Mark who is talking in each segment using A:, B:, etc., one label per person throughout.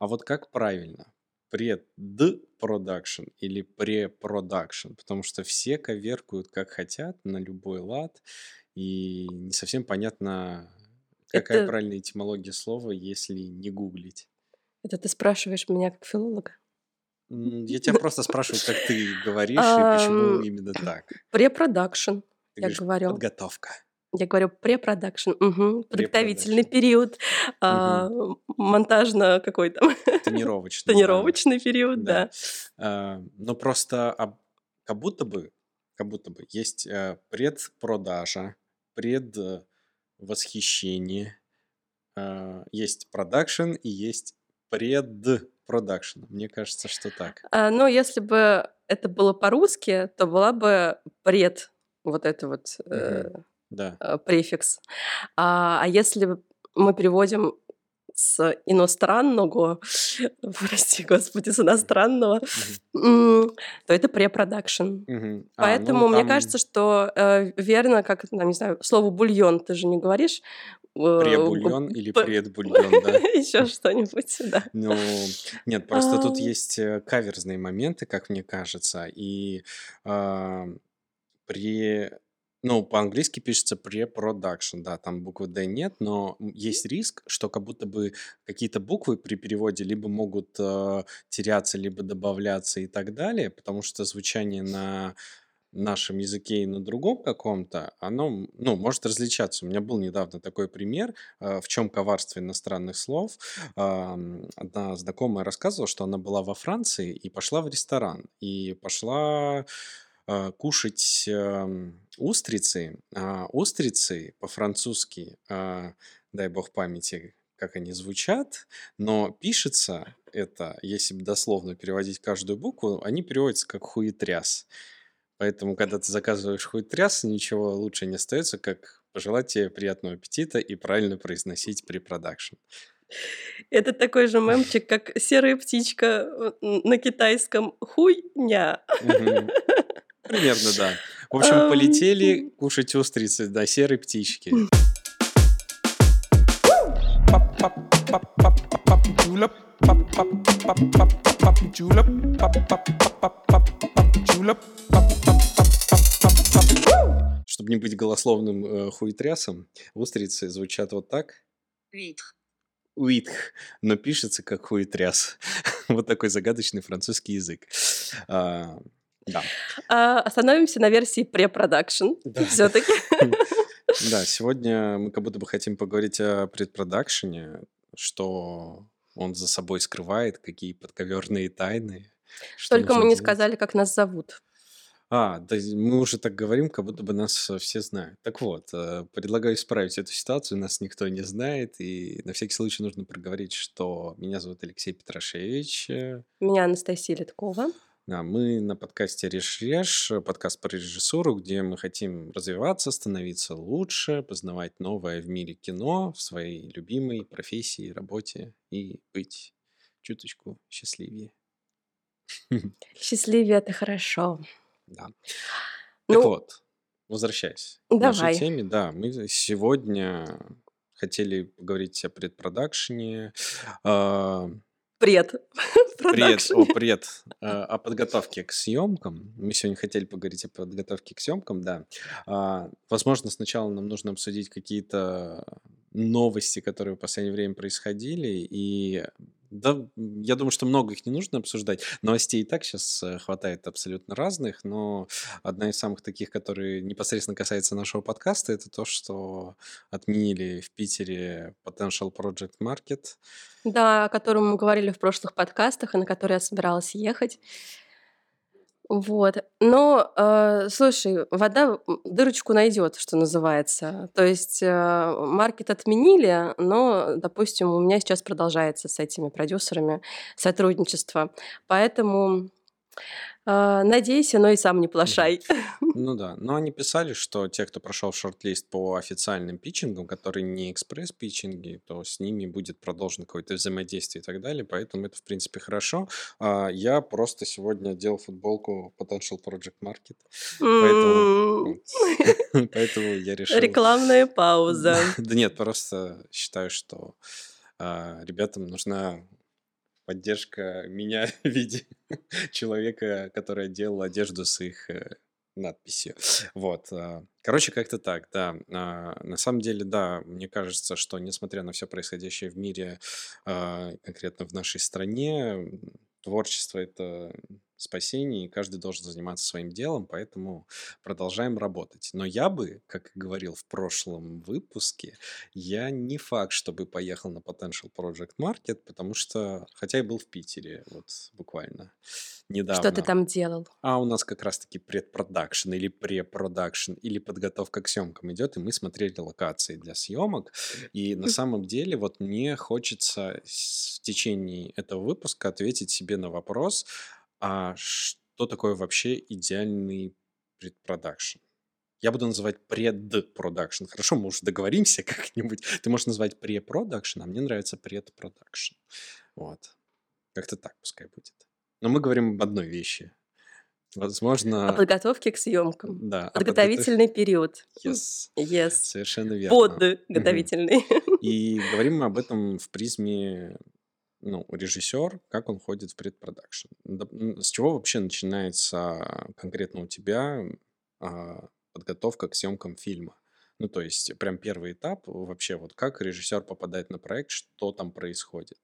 A: А вот как правильно? Предпродакшн или препродакшн? Потому что все коверкуют как хотят, на любой лад, и не совсем понятно, какая
B: Это,
A: правильная этимология слова, если не гуглить.
B: это ты спрашиваешь меня как филолога?
A: Я тебя просто спрашиваю, как ты говоришь и почему
B: Ам,
A: именно так.
B: Препродакшн,
A: Ты
B: я
A: говоришь
B: говорю.
A: подготовка,
B: Я говорю препродакшн, подготовительный
A: препродакшн.
B: период,
A: Мгм.
B: монтажно какой там,
A: Тонировочный, да.
B: тонировочный период,
A: Да.
B: да.
A: Но просто как будто бы, есть предпродажа, предвосхищение, есть продакшн и есть предпродакшн. Мне кажется, что так.
B: Но если бы это было по-русски, то была бы пред, вот это вот,
A: Мгм. Да.
B: префикс. А если мы переводим с иностранного, прости господи, с
A: Мгм.
B: иностранного,
A: Мгм.
B: то это препродакшн.
A: Мгм. Ну
B: Поэтому мне
A: там
B: кажется, что, верно, как, там, не знаю, слово "бульон" ты же не говоришь,
A: пребульон или предбульон, да?
B: еще что-нибудь, да.
A: Ну, нет, просто
B: А,
A: тут есть каверзные моменты, как мне кажется, и а, при... Ну, по-английски пишется pre-production, да, там буквы D нет, но есть риск, что как будто бы какие-то буквы при переводе либо могут теряться, либо добавляться и так далее, потому что звучание на нашем языке и на другом каком-то, оно, ну, может различаться. У меня был недавно такой пример, в чем коварство иностранных слов. Одна знакомая рассказывала, что она была во Франции и пошла в ресторан, и пошла кушать устрицы. А устрицы по-французски, дай бог памяти, как они звучат, но пишется это, если бы дословно переводить каждую букву, они переводятся как хуетряс. Поэтому, когда ты заказываешь хуетряс, ничего лучше не остается, как пожелать тебе приятного аппетита и правильно произносить препродакшн.
B: это такой же мемчик, как серая птичка, на китайском "хуйня".
A: Мгм. Примерно, да. В общем,
B: Ам,
A: полетели кушать устрицы до серой птички.
C: Julep, pop pop pop pop pop julep, pop pop pop pop pop julep, pop pop pop pop pop.
A: Чтобы не быть голословным хуетрясом, устрицы звучат вот так. Уитх, но пишется как хуетряс. Вот такой загадочный французский язык. А, Да.
B: Остановимся на версии препродакшн
A: Да.
B: все таки.
A: Да, сегодня мы как будто бы хотим поговорить о предпродакшене, что он за собой скрывает, какие подковерные тайны, что
B: Только
A: нужно
B: мы не
A: делать.
B: сказали, как нас зовут.
A: Да, мы уже так говорим, как будто бы нас все знают. Так вот, предлагаю исправить эту ситуацию, нас никто не знает, и на всякий случай нужно проговорить, что меня зовут Алексей Петрашевич.
B: Меня Анастасия Литкова.
A: Мы на подкасте «Режь», подкаст про режиссуру, где мы хотим развиваться, становиться лучше, познавать новое в мире кино, в своей любимой профессии, работе и быть чуточку счастливее.
B: Счастливее — это хорошо.
A: Да. Так
B: Ну,
A: вот, возвращаясь к нашей
B: давай.
A: теме, да, мы сегодня хотели поговорить о предпродакшене, а,
B: Пред. В продакшене.
A: о подготовке к съемкам. Мы сегодня хотели поговорить о подготовке к съемкам, да. Возможно, сначала нам нужно обсудить какие-то новости, которые в последнее время происходили. И да, я думаю, что много их не нужно обсуждать. Новостей и так сейчас хватает абсолютно разных, но одна из самых таких, которые непосредственно касается нашего подкаста, это то, что отменили в Питере Potential Project Market.
B: Да, о котором мы говорили в прошлых подкастах и на который я собиралась ехать. Вот. Но, слушай, вода, дырочку найдет, что называется. То есть, маркет отменили, но, допустим, у меня сейчас продолжается с этими продюсерами сотрудничество. Поэтому, надейся, но и сам не
A: Мгм.
B: плашай.
A: Ну да, но они писали, что те, кто прошел шорт-лист по официальным питчингам, которые не экспресс-питчинги, то с ними будет продолжено какое-то взаимодействие и так далее, поэтому это, в принципе, хорошо. Я просто сегодня делал футболку Potential Project Market, поэтому,
B: М.
A: вот, поэтому я решил...
B: Рекламная
A: Да
B: пауза.
A: да нет, просто считаю, что ребятам нужна Поддержка меня в виде человека, который делал одежду с их надписью. Вот. Короче, как-то так, да. На самом деле, да, мне кажется, что несмотря на все происходящее в мире, конкретно в нашей стране, творчество — это спасение, и каждый должен заниматься своим делом, поэтому продолжаем работать. Но я бы, как и говорил в прошлом выпуске, я не факт, чтобы поехал на Potential Project Market, потому что, хотя я был в Питере вот буквально
B: Что ты
A: недавно,
B: там делал?
A: а у нас как раз-таки предпродакшн или препродакшн или подготовка к съемкам идет, и мы смотрели локации для съемок. И на самом деле вот мне хочется в течение этого выпуска ответить себе на вопрос, а что такое вообще идеальный предпродакшн? Я буду называть предпродакшн. Хорошо, мы уже договоримся как-нибудь. Ты можешь назвать препродакшн, а мне нравится предпродакшн. Вот. Как-то так пускай будет. Но мы говорим об одной вещи.
B: О
A: Возможно,
B: подготовке к съемкам.
A: да,
B: Подготовительный период.
A: Yes,
B: Yes.
A: совершенно верно.
B: Подготовительный.
A: И говорим мы об этом в призме, ну, режиссер, как он ходит в предпродакшн. С чего вообще начинается конкретно у тебя подготовка к съемкам фильма? Ну, то есть прям первый этап вообще, вот как режиссер попадает на проект, что там происходит?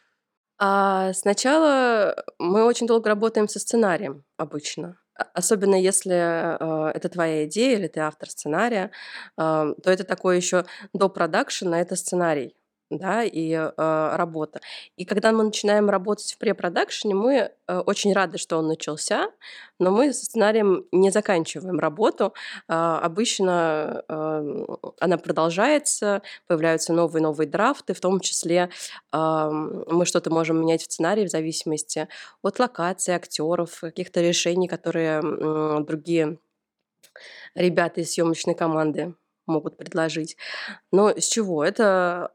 B: Сначала мы очень долго работаем со сценарием обычно. Особенно если это твоя идея или ты автор сценария, то это такой еще до продакшена, это сценарий, да, и работа. И когда мы начинаем работать в препродакшене, мы очень рады, что он начался, но мы со сценарием не заканчиваем работу. Обычно она продолжается, появляются новые драфты, в том числе мы что-то можем менять в сценарии в зависимости от локации, актеров, каких-то решений, которые другие ребята из съемочной команды могут предложить. Но с чего? Это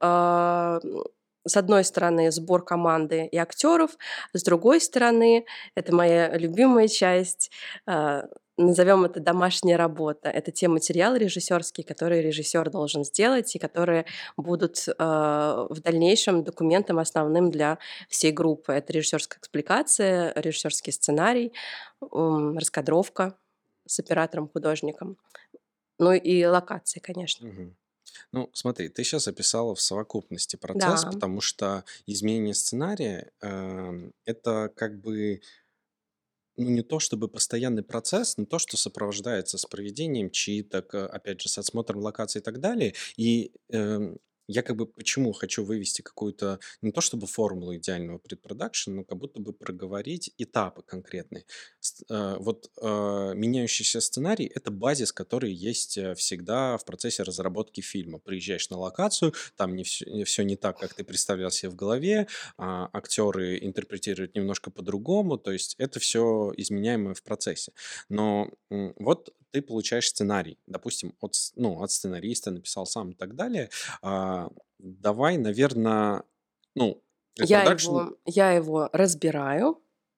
B: с одной стороны сбор команды и актеров, с другой стороны это моя любимая часть. Назовем это домашняя работа. Это те материалы режиссерские, которые режиссер должен сделать и которые будут в дальнейшем документом основным для всей группы. Это режиссерская экспликация, режиссерский сценарий, раскадровка с оператором-художником, ну и локации, конечно.
A: Мгм. Ну, смотри, ты сейчас описала в совокупности процесс,
B: Да.
A: потому что изменение сценария это как бы ну, не то чтобы постоянный процесс, но то, что сопровождается с проведением читок, опять же, с отсмотром локаций и так далее. И я как бы почему хочу вывести какую-то, не то чтобы формулу идеального предпродакшена, но как будто бы проговорить этапы конкретные. Вот меняющийся сценарий — это базис, который есть всегда в процессе разработки фильма. Приезжаешь на локацию, там не все не так, как ты представлял себе в голове, актеры интерпретируют немножко по-другому, то есть это все изменяемое в процессе. Но вот ты получаешь сценарий, допустим, от сценариста, написал сам и так далее. Давай, наверное, ну, предпродакшн...
B: Я его разбираю,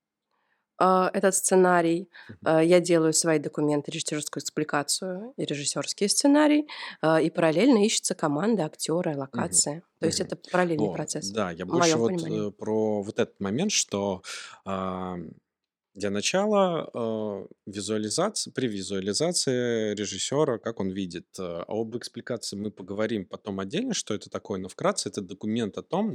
B: этот сценарий. Я делаю свои документы, режиссерскую экспликацию и режиссерский сценарий, и параллельно ищется команда, актеры,
A: Мгм.
B: локация. То есть
A: Мгм.
B: это параллельный
A: Вот,
B: процесс,
A: да, я
B: в
A: больше
B: моем
A: вот
B: понимании.
A: про вот этот момент, что а, для начала при визуализации режиссера, как он видит. Об экспликации мы поговорим потом отдельно, что это такое, но вкратце это документ о том,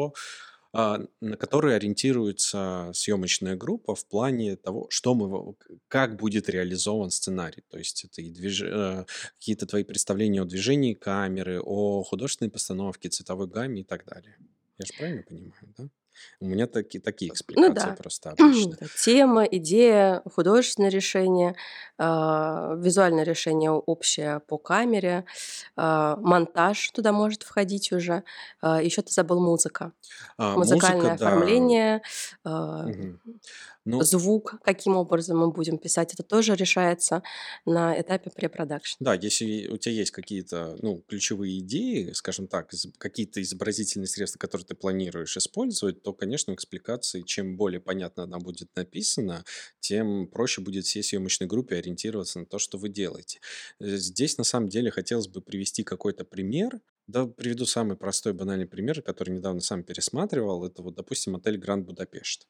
A: на который ориентируется съемочная группа в плане того, как будет реализован сценарий. То есть это и какие-то твои представления о движении камеры, о художественной постановке, цветовой гамме и так далее. Я же правильно понимаю, да? У меня такие
B: Ну
A: экспликации
B: да.
A: просто обычно.
B: Это тема, идея, художественное решение, визуальное решение общее по камере, монтаж туда может входить уже. Еще ты забыл музыка.
A: Музыка,
B: Музыкальное
A: да.
B: оформление, а,
A: Мгм. Ну,
B: звук, каким образом мы будем писать, это тоже решается на этапе препродакшн.
A: да, если у тебя есть какие-то, ну, ключевые идеи, скажем так, какие-то изобразительные средства, которые ты планируешь использовать, то, конечно, в экспликации, чем более понятно она будет написана, тем проще будет всей съемочной группе ориентироваться на то, что вы делаете. Здесь, на самом деле, хотелось бы привести какой-то пример, Да, приведу самый простой банальный пример, который недавно сам пересматривал. Это вот, допустим, отель Гранд Будапешт.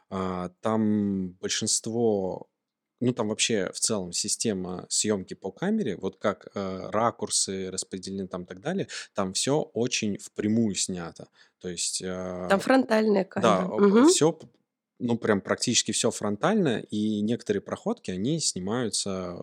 A: Там большинство, ну там вообще в целом система съемки по камере, вот как ракурсы распределены там и так далее, там все очень впрямую снято. То есть,
B: Там фронтальная
A: да,
B: камера. Мгм.
A: все, ну прям практически все фронтально, и некоторые проходки, они снимаются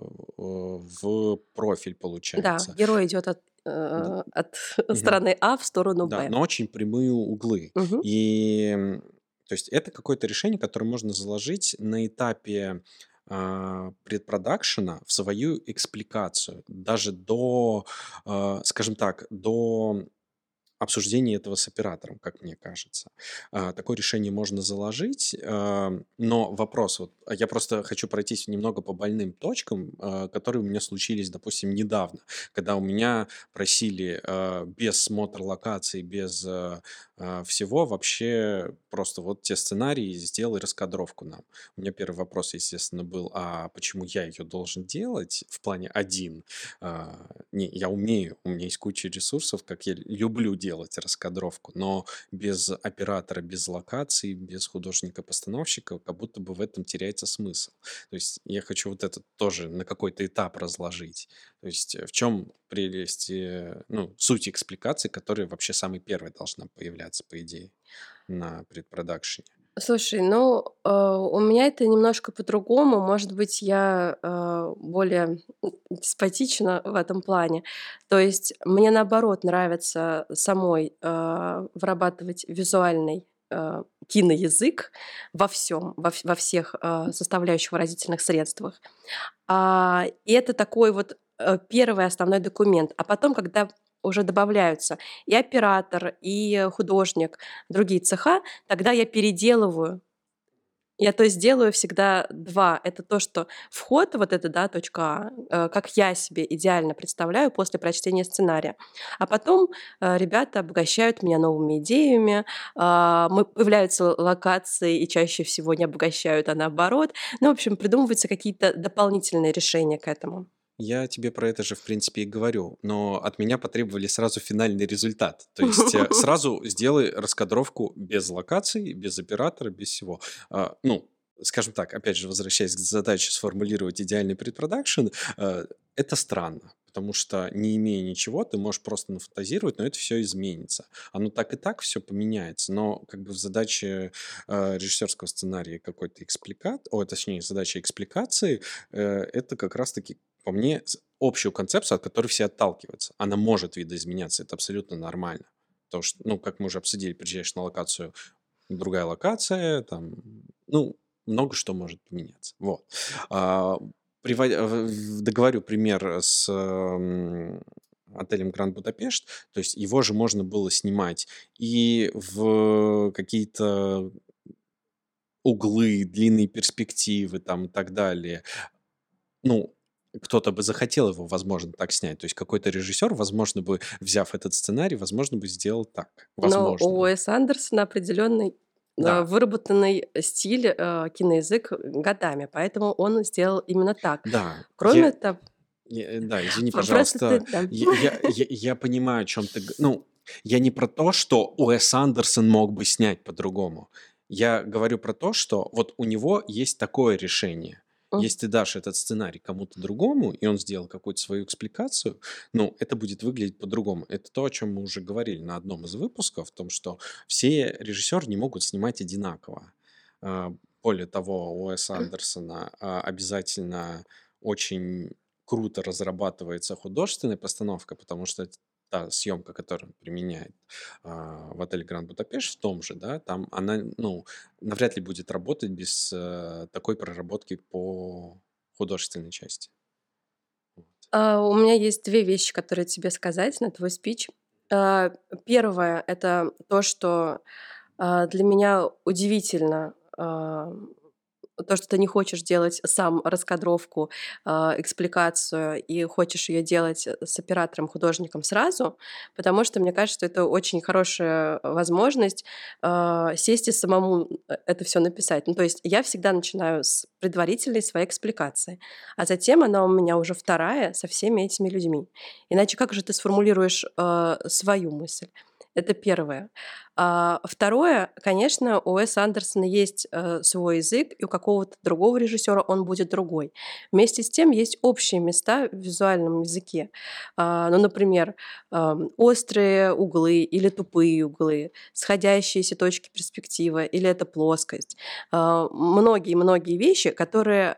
A: в профиль,
B: Да,
A: получается.
B: герой идет от
A: Мгм.
B: страны А в сторону
A: Да,
B: Б.
A: но очень прямые углы.
B: Мгм.
A: И, то есть это какое-то решение, которое можно заложить на этапе предпродакшена в свою экспликацию, даже до, скажем так, до обсуждение этого с оператором, как мне кажется. Такое решение можно заложить, но вопрос, вот, я просто хочу пройтись немного по больным точкам, которые у меня случились, допустим, недавно, когда у меня просили без смотра локаций, без всего вообще просто вот те сценарии, сделай раскадровку нам. У меня первый вопрос, естественно, был, а почему я ее должен делать в плане один? Не, я умею, у меня есть куча ресурсов, как я люблю делать раскадровку, но без оператора, без локаций, без художника-постановщика, как будто бы в этом теряется смысл. То есть я хочу вот это тоже на какой-то этап разложить. То есть в чем прелесть, ну, суть экспликации, которая вообще самой первой должна появляться, по идее, на предпродакшене.
B: Слушай, ну, у меня это немножко по-другому. Может быть, я, более деспотична в этом плане. То есть мне, наоборот, нравится самой, вырабатывать визуальный, киноязык во всем, во всех, составляющих выразительных средствах. И это такой вот, первый основной документ. А потом, когда уже добавляются и оператор, и художник, другие цеха, тогда я переделываю. Я, то есть, делаю всегда 2. Это то, что вход, вот это, да, точка А, как я себе идеально представляю после прочтения сценария. А потом, ребята обогащают меня новыми идеями, появляются локации, и чаще всего не обогащают, а наоборот. Ну, в общем, придумываются какие-то дополнительные решения к этому.
A: Я тебе про это же, в принципе, и говорю, но от меня потребовали сразу финальный результат. То есть сразу сделай раскадровку без локаций, без оператора, без всего. Ну, скажем так, опять же, возвращаясь к задаче сформулировать идеальный предпродакшн, это странно. Потому что, не имея ничего, ты можешь просто нафантазировать, но это все изменится. Оно так и так все поменяется, но как бы в задаче режиссерского сценария какой-то экспликат, точнее, задача экспликации, это как раз-таки по мне, общую концепцию, от которой все отталкиваются. Она может видоизменяться, это абсолютно нормально. Потому что, ну, как мы уже обсудили, приезжаешь на локацию, другая локация, там, ну, много что может поменяться. Вот. А, Договорю пример с отелем Гранд Будапешт, то есть его же можно было снимать и в какие-то углы, длинные перспективы там и так далее. Ну, кто-то бы захотел его, возможно, так снять. То есть какой-то режиссер, возможно, бы, взяв этот сценарий, возможно, бы сделал так.
B: Но у
A: Возможно.
B: Уэса Андерсона определенный,
A: Да,
B: выработанный стиль, киноязык годами, поэтому он сделал именно так.
A: да.
B: Кроме того,
A: Да, извини,
B: просто ты,
A: пожалуйста.
B: да.
A: Я понимаю, о чем ты... Ну, я не про то, что Уэс Андерсон мог бы снять по-другому. Я говорю про то, что вот у него есть такое решение. Если ты дашь этот сценарий кому-то другому, и он сделал какую-то свою экспликацию, ну, это будет выглядеть по-другому. Это то, о чем мы уже говорили на одном из выпусков, в том, что все режиссеры не могут снимать одинаково. А, Более того, у Уэса Андерсона обязательно очень круто разрабатывается художественная постановка, потому что та съемка, которую он применяет в отеле Гранд Будапешт, в том же, да, там она, ну, навряд ли будет работать без такой проработки по художественной части. Вот.
B: У меня есть 2 вещи, которые тебе сказать на твой спич. А, 1 — это то, что, для меня удивительно, то, что ты не хочешь делать сам раскадровку, экспликацию и хочешь ее делать с оператором-художником сразу, потому что мне кажется, что это очень хорошая возможность сесть и самому это все написать. Ну, то есть я всегда начинаю с предварительной своей экспликации, а затем она у меня уже вторая со всеми этими людьми. Иначе как же ты сформулируешь свою мысль? Это первое. Второе, конечно, у Уэса Андерсона есть свой язык, и у какого-то другого режиссера он будет другой. Вместе с тем есть общие места в визуальном языке. Ну, например, острые углы или тупые углы, сходящиеся точки перспективы, или это плоскость. Многие-многие вещи, которые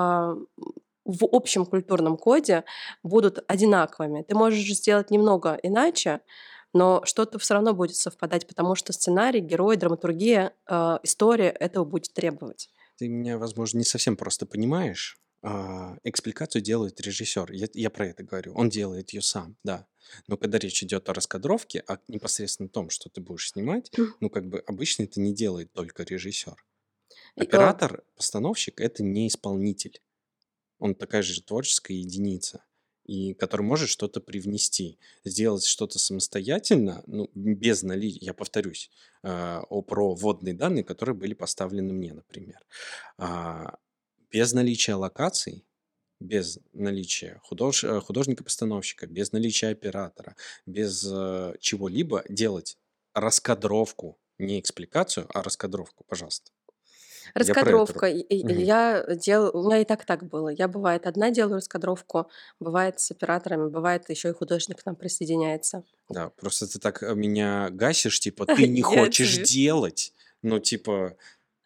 B: в общем культурном коде будут одинаковыми. Ты можешь сделать немного иначе, но что-то все равно будет совпадать, потому что сценарий, герой, драматургия, история этого будет требовать.
A: Ты меня, возможно, не совсем просто понимаешь. Экспликацию делает режиссер. Я про это говорю. Он делает ее сам, да. Но когда речь идет о раскадровке, о непосредственно том, что ты будешь снимать, ну, как бы обычно это не делает только режиссер. Оператор, постановщик — это не исполнитель. Он такая же творческая единица, и который может что-то привнести. Сделать что-то самостоятельно, ну, без наличия, я повторюсь, про вводные данные, которые были поставлены мне, например. Без наличия локаций, без наличия художника-постановщика, без наличия оператора, без чего-либо делать раскадровку, не экспликацию, а раскадровку, пожалуйста. Я про это.
B: Раскадровка. Я делаю, у меня и так было. Я, бывает, одна делаю раскадровку, бывает с операторами, бывает еще и художник к нам присоединяется.
A: Да, просто ты так меня гасишь, типа, ты не хочешь делать. Ну, типа,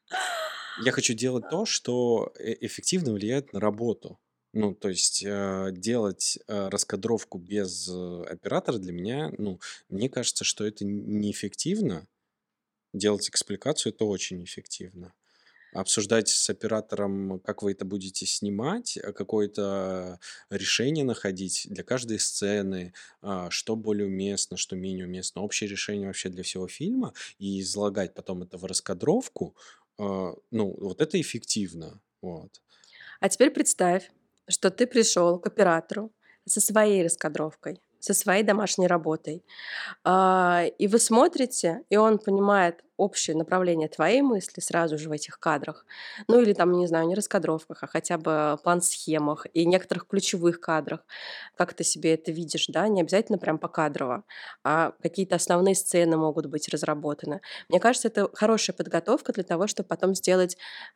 A: я хочу делать то, что эффективно влияет на работу. Ну, то есть делать раскадровку без оператора для меня, ну, мне кажется, что это неэффективно. Делать экспликацию — это очень эффективно. Обсуждать с оператором, как вы это будете снимать, какое-то решение находить для каждой сцены, что более уместно, что менее уместно, общее решение вообще для всего фильма, и излагать потом это в раскадровку, ну, вот это эффективно. Вот.
B: А теперь представь, что ты пришел к оператору со своей раскадровкой, со своей домашней работой, и вы смотрите, и он понимает общее направление твоей мысли сразу же в этих кадрах. Ну или там, не знаю, не раскадровках, а хотя бы план-схемах и некоторых ключевых кадрах. Как ты себе это видишь, да? Не обязательно прям покадрово, а какие-то основные сцены могут быть разработаны. Мне кажется, это хорошая подготовка для того, чтобы потом сделать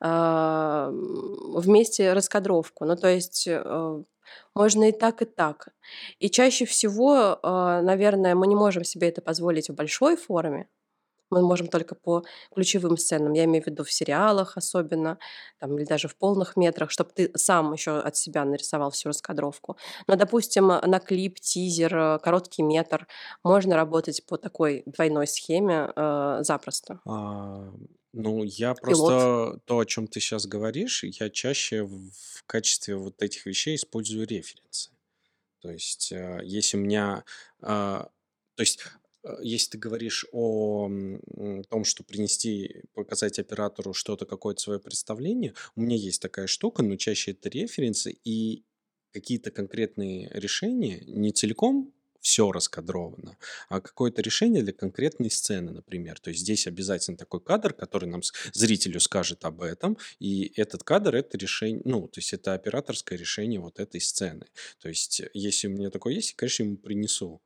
B: вместе раскадровку. Ну то есть можно и так, и так. И чаще всего, наверное, мы не можем себе это позволить в большой форме. Мы можем только по ключевым сценам. Я имею в виду в сериалах особенно, там, или даже в полных метрах, чтобы ты сам еще от себя нарисовал всю раскадровку. Но, допустим, на клип, тизер, короткий метр можно работать по такой двойной схеме запросто.
A: Ну, я
B: Пилот.
A: просто то, о чем ты сейчас говоришь, я чаще в качестве вот этих вещей использую референсы. То есть, если у меня, то есть, если ты говоришь о том, что показать оператору что-то, какое-то свое представление, у меня есть такая штука, но чаще это референсы и какие-то конкретные решения, не целиком все раскадровано, а какое-то решение для конкретной сцены, например. То есть здесь обязательно такой кадр, который нам зрителю скажет об этом, и этот кадр — это решение, ну, то есть это операторское решение вот этой сцены. То есть если у меня такое есть, конечно, ему принесу.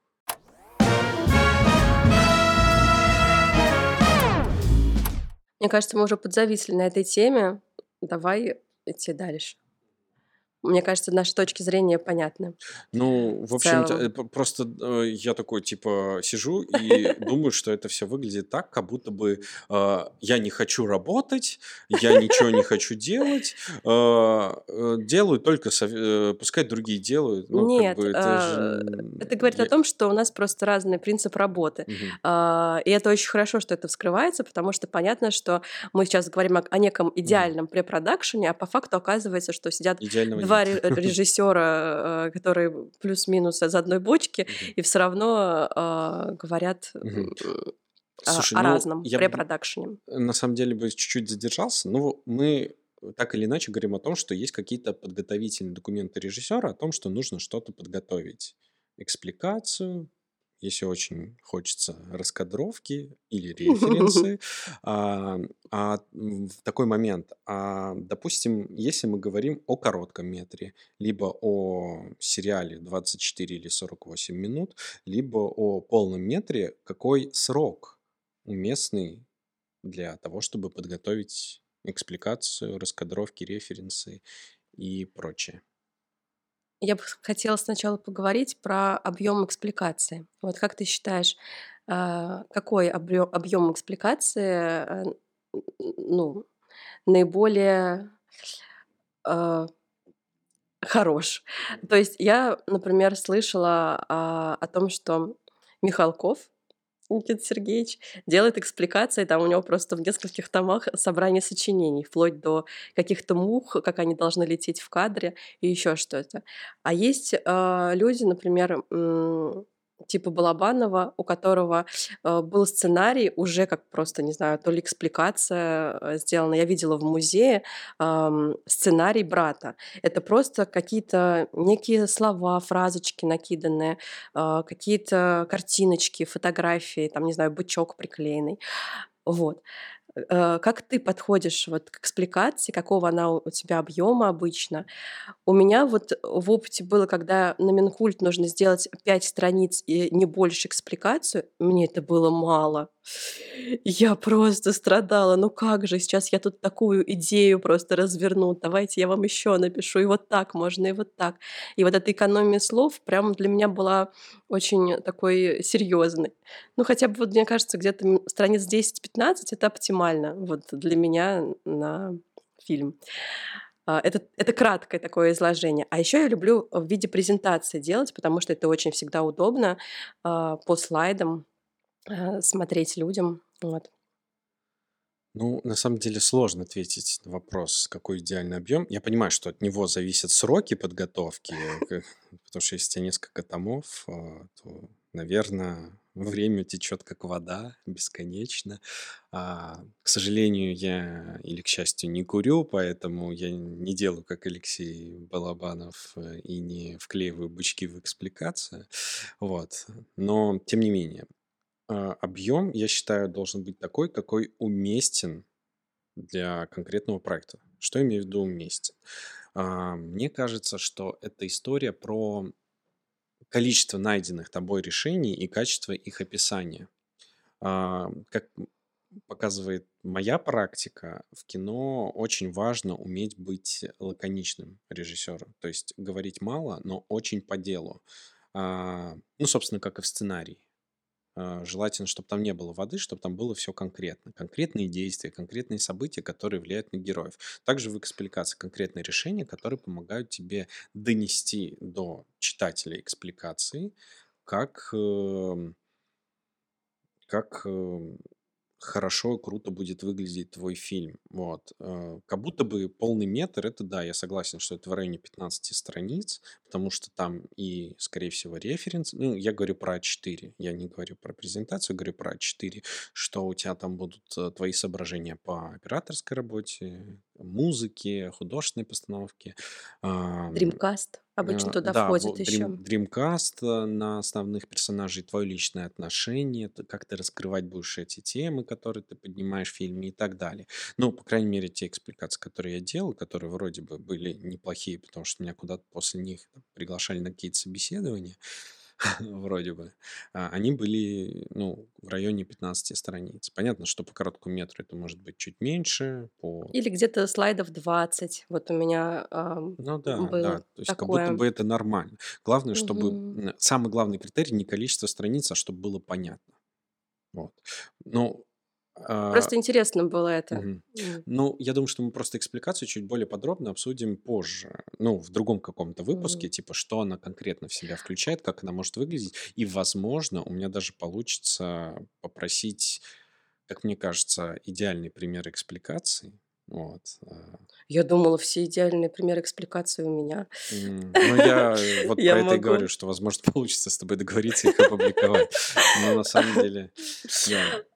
B: Мне кажется, мы уже подзависли на этой теме. Давай идти дальше. Мне кажется, наши точки зрения понятны.
A: Ну, в
B: В
A: общем-то,
B: целом.
A: просто я такой, типа, сижу и думаю, что это все выглядит так, как будто бы я не хочу работать, я ничего не хочу делать, делаю только, пускай другие делают. Ну, как
B: Нет,
A: бы это же...
B: это говорит о том, что у нас просто разный принцип работы.
A: Мгм.
B: И это очень хорошо, что это вскрывается, потому что понятно, что мы сейчас говорим о неком идеальном препродакшене, а по факту оказывается, что сидят
A: Идеального
B: два
A: нет.
B: режиссера, которые плюс-минус из одной бочки,
A: Мгм.
B: и все равно говорят
A: Мгм.
B: о
A: Слушай, ну,
B: разном
A: я бы
B: препродакшене.
A: на самом деле бы чуть-чуть задержался. Ну, мы так или иначе говорим о том, что есть какие-то подготовительные документы режиссера о том, что нужно что-то подготовить. Экспликацию, если очень хочется, раскадровки или референсы. В такой момент, допустим, если мы говорим о коротком метре, либо о сериале 24 или 48 минут, либо о полном метре, какой срок уместный для того, чтобы подготовить экспликацию, раскадровки, референсы и прочее?
B: Я бы хотела сначала поговорить про объем экспликации. Вот как ты считаешь, какой объем экспликации, ну, наиболее э, хорош? То есть я, например, слышала о том, что Михалков Никита Сергеевич делает экспликации, там у него просто в нескольких томах собрание сочинений, вплоть до каких-то мух, как они должны лететь в кадре и еще что-то. А есть люди, например, типа Балабанова, у которого был сценарий уже как просто, не знаю, то ли экспликация сделана. Я видела в музее сценарий брата. Это просто какие-то некие слова, фразочки накиданные, какие-то картиночки, фотографии, там, не знаю, бычок приклеенный. Вот. Как ты подходишь вот к экспликации, какого она у тебя объема обычно? У меня вот в опыте было, когда на Минкульт нужно сделать 5 страниц и не больше экспликацию, мне это было мало. Я просто страдала. Ну как же, сейчас я тут такую идею просто разверну. Давайте я вам еще напишу. И вот так можно, и вот так. И вот эта экономия слов прям для меня была очень такой серьезной. Ну хотя бы, вот, мне кажется, где-то страниц 10-15 это оптимально вот для меня на фильм. Это краткое такое изложение. А еще я люблю в виде презентации делать, потому что это очень всегда удобно по слайдам смотреть людям. Вот.
A: Ну, на самом деле сложно ответить на вопрос, какой идеальный объем. Я понимаю, что от него зависят сроки подготовки, потому что если у тебя несколько томов, то, наверное, время течет как вода, бесконечно. К сожалению, я, или к счастью, не курю, поэтому я не делаю, как Алексей Балабанов, и не вклеиваю бычки в экспликацию. Вот. Но, тем не менее, объем, я считаю, должен быть такой, какой уместен для конкретного проекта. Что я имею в виду уместен? Мне кажется, что это история про количество найденных тобой решений и качество их описания. Как показывает моя практика, в кино очень важно уметь быть лаконичным режиссером. То есть говорить мало, но очень по делу. Ну, собственно, как и в сценарии. Желательно, чтобы там не было воды, чтобы там было все конкретно. Конкретные действия, конкретные события, которые влияют на героев. Также в экспликации конкретные решения, которые помогают тебе донести до читателя экспликации, как хорошо и круто будет выглядеть твой фильм. Вот. Как будто бы полный метр, это да, я согласен, что это в районе 15 страниц, потому что там и, скорее всего, референс. Ну, я говорю про А4, я не говорю про презентацию, говорю про А4, что у тебя там будут твои соображения по операторской работе, музыке, художественной постановке.
B: Dreamcast обычно туда
A: Да,
B: входит еще.
A: Dreamcast на основных персонажей, твое личное отношение, как ты раскрывать будешь эти темы, которые ты поднимаешь в фильме и так далее. Ну, по крайней мере, те экспликации, которые я делал, которые вроде бы были неплохие, потому что меня куда-то после них приглашали на какие-то собеседования, вроде бы, они были, ну, в районе 15 страниц. Понятно, что по короткому метру это может быть чуть меньше, по...
B: Или где-то слайдов 20. Вот у меня
A: Ну да,
B: было
A: да, то есть как будто
B: такое.
A: бы это нормально. Главное, чтобы...
B: Мгм.
A: Самый главный критерий не количество страниц, а чтобы было понятно. Вот. Ну,
B: Просто интересно было это.
A: мгм. Ну, я думаю, что мы просто экспликацию чуть более подробно обсудим позже. Ну, в другом каком-то выпуске,
B: Мгм.
A: типа, что она конкретно в себя включает, как она может выглядеть. И, возможно, у меня даже получится попросить, как мне кажется, идеальный пример экспликации. Вот.
B: Я думала, все идеальные примеры экспликации у меня.
A: Ну, я вот
B: Я
A: про это и говорю,
B: могу.
A: что, возможно, получится с тобой договориться и их опубликовать. Но на самом деле, да.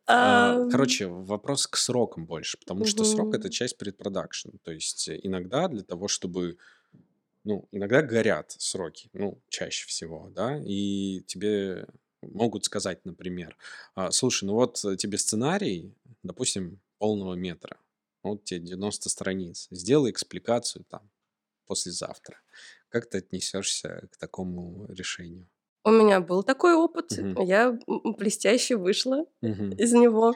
B: Ам,
A: Короче, вопрос к срокам больше, потому что срок — это
B: мгм.
A: часть предпродакшн. То есть иногда для того, чтобы... Ну, иногда горят сроки, ну, чаще всего, да, и тебе могут сказать, например, слушай, ну вот тебе сценарий, допустим, полного метра, вот тебе 90 страниц, сделай экспликацию там послезавтра. Как ты отнесешься к такому решению?
B: У меня был такой опыт,
A: Мгм.
B: я блестяще вышла
A: Мгм.
B: из него.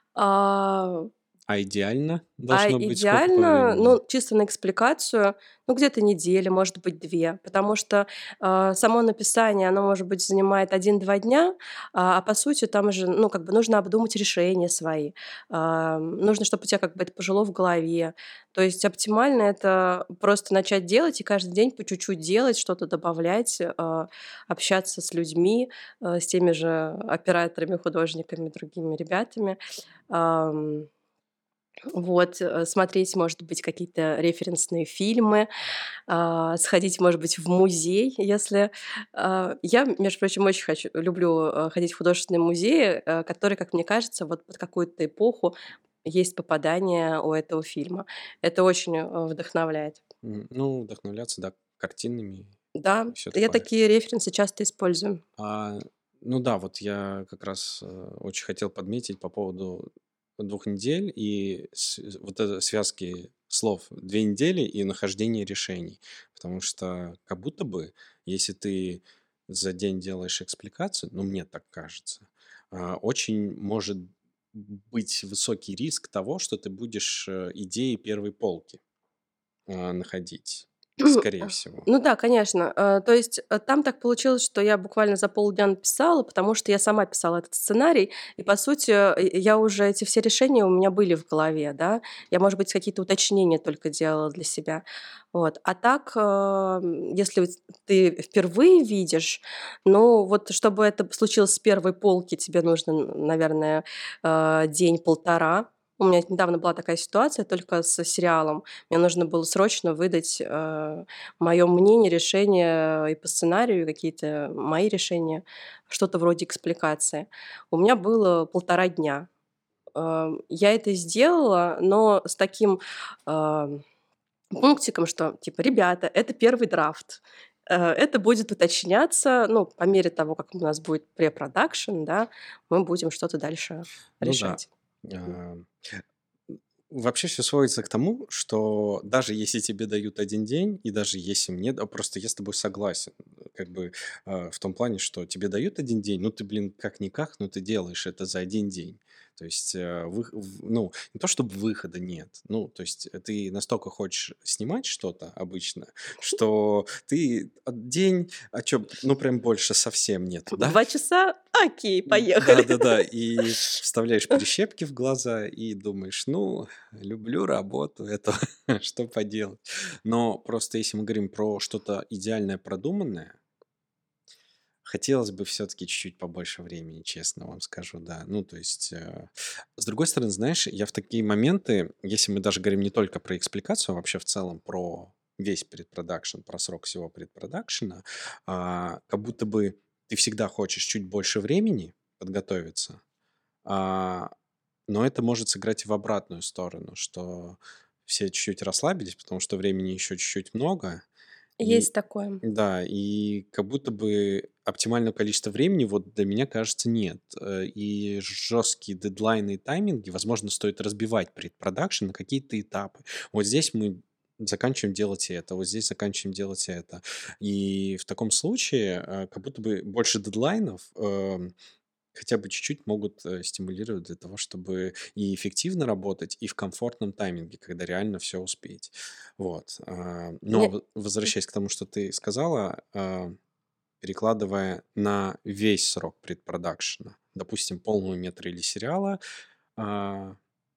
B: А
A: А идеально
B: А
A: должно быть сколько по
B: идеально,
A: времени?
B: ну, чисто на экспликацию, ну, где-то неделя, может быть, 2, потому что, само написание, оно, может быть, занимает 1-2 дня, а по сути там же, ну, как бы нужно обдумать решения свои, нужно, чтобы у тебя как бы это пожило в голове. То есть оптимально — это просто начать делать и каждый день по чуть-чуть делать, что-то добавлять, общаться с людьми, с теми же операторами, художниками, другими ребятами. Ам. Вот, смотреть, может быть, какие-то референсные фильмы, сходить, может быть, в музей, если я, между прочим, очень люблю ходить в художественные музеи, которые, как мне кажется, вот под какую-то эпоху есть попадание у этого фильма. Это очень вдохновляет.
A: Ну, вдохновляться, да, картинами
B: Да,
A: и все
B: я
A: такое.
B: такие референсы часто использую.
A: А, ну да, вот я как раз очень хотел подметить по поводу 2 недель и вот это связки слов 2 недели и нахождение решений. Потому что как будто бы, если ты за день делаешь экспликацию, ну мне так кажется, очень может быть высокий риск того, что ты будешь идеи первой полки находить, скорее всего.
B: Ну да, конечно. То есть, там так получилось, что я буквально за полдня написала, потому что я сама писала этот сценарий, и, по сути, я уже эти все решения у меня были в голове, да. Я, может быть, какие-то уточнения только делала для себя. Вот. А так, если вот ты впервые видишь, ну, вот чтобы это случилось с первой полки, тебе нужно, наверное, день-полтора. У меня недавно была такая ситуация только с сериалом. Мне нужно было срочно выдать, моё мнение, решение и по сценарию, и какие-то мои решения, что-то вроде экспликации. У меня было 1,5 дня. Я это сделала, но с таким, пунктиком, что типа: "Ребята, это первый драфт. Это будет уточняться, ну, по мере того, как у нас будет препродакшн, да, мы будем что-то дальше
A: Ну да.
B: решать".
A: А, Вообще все сводится к тому, что даже если тебе дают 1 день, и даже если мне, просто я с тобой согласен, как бы в том плане, что тебе дают 1 день, ну ты, блин, как-никак, но ты делаешь это за 1 день. То есть, ну, не то чтобы выхода нет, ну, то есть ты настолько хочешь снимать что-то обычно, что ты день, а чё, ну, прям больше совсем нету, да?
B: 2 часа? Окей, поехали.
A: Да-да-да, и вставляешь прищепки в глаза и думаешь, ну, люблю работу эту, что поделать. Но просто если мы говорим про что-то идеальное, продуманное, хотелось бы все-таки чуть-чуть побольше времени, честно вам скажу, да. Ну, то есть, с другой стороны, знаешь, я в такие моменты, если мы даже говорим не только про экспликацию, а вообще в целом про весь предпродакшн, про срок всего предпродакшена, как будто бы ты всегда хочешь чуть больше времени подготовиться, а, но это может сыграть и в обратную сторону, что все чуть-чуть расслабились, потому что времени еще чуть-чуть много, и
B: Есть такое.
A: да, и как будто бы оптимального количества времени вот для меня кажется нет. И жесткие дедлайны и тайминги, возможно, стоит разбивать предпродакшн на какие-то этапы. Вот здесь мы заканчиваем делать это, вот здесь заканчиваем делать это. И в таком случае как будто бы больше дедлайнов хотя бы чуть-чуть могут стимулировать для того, чтобы и эффективно работать, и в комфортном тайминге, когда реально все успеть. Вот. Но
B: Мне
A: возвращаясь к тому, что ты сказала, перекладывая на весь срок предпродакшена, допустим, полного метра или сериала, а,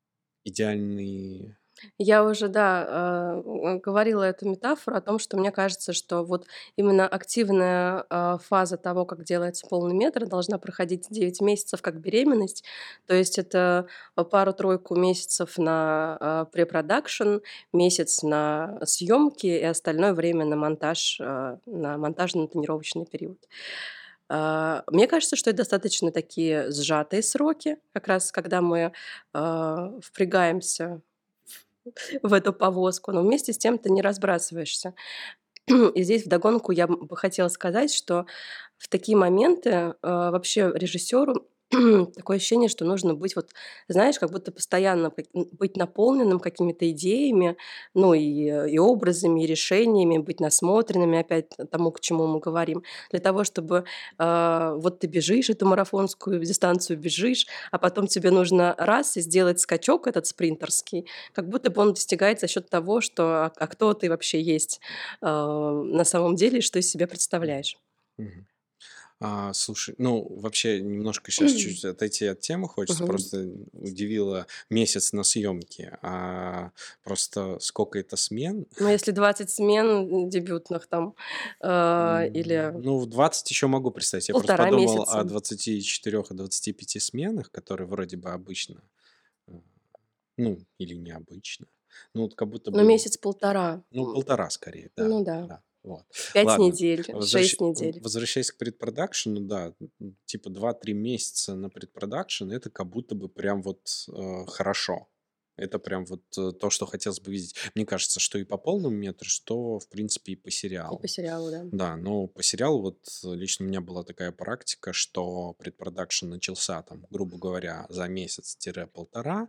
A: идеальный...
B: Я уже, да, говорила эту метафору о том, что мне кажется, что вот именно активная, фаза того, как делается полный метр, должна проходить 9 месяцев, как беременность. То есть это, пару-тройку месяцев на, препродакшн, месяц на съемки и остальное время на монтаж, на монтажно-тренировочный период. Мне кажется, что это достаточно такие сжатые сроки, как раз когда мы впрягаемся в эту повозку, но вместе с тем ты не разбрасываешься. И здесь вдогонку я бы хотела сказать, что в такие моменты вообще режиссеру такое ощущение, что нужно быть вот, знаешь, как будто постоянно быть наполненным какими-то идеями, ну и образами, и решениями, быть насмотренными опять тому, к чему мы говорим, для того, чтобы вот ты бежишь эту марафонскую дистанцию, бежишь, а потом тебе нужно раз и сделать скачок этот спринтерский, как будто бы он достигается за счет того, что а кто ты вообще есть на самом деле, и что из себя представляешь.
A: Мгм. Слушай, ну, вообще немножко сейчас чуть отойти от темы хочется.
B: Мгм.
A: Просто удивило месяц на съемке, просто сколько это смен.
B: Ну, если 20 смен дебютных там, или
A: Ну, в 20 еще могу представить. Я просто
B: 1,5
A: подумал о
B: месяца.
A: 24 и 25 сменах, которые вроде бы обычно, э, ну, или необычно. Ну, вот как будто
B: Ну,
A: бы,
B: месяц-полтора.
A: ну, полтора скорее, да,
B: Ну да.
A: да, вот.
B: 5
A: Ладно,
B: недель, 6 недель.
A: возвращаясь к предпродакшену, да, типа 2-3 месяца на предпродакшн, это как будто бы прям вот хорошо. Это прям вот то, что хотелось бы видеть. Мне кажется, что и по полному метру, что, в принципе, и по
B: И по
A: сериалу.
B: сериалу, да.
A: Да, но по сериалу вот лично у меня была такая практика, что предпродакшн начался там, грубо говоря, за месяц-полтора,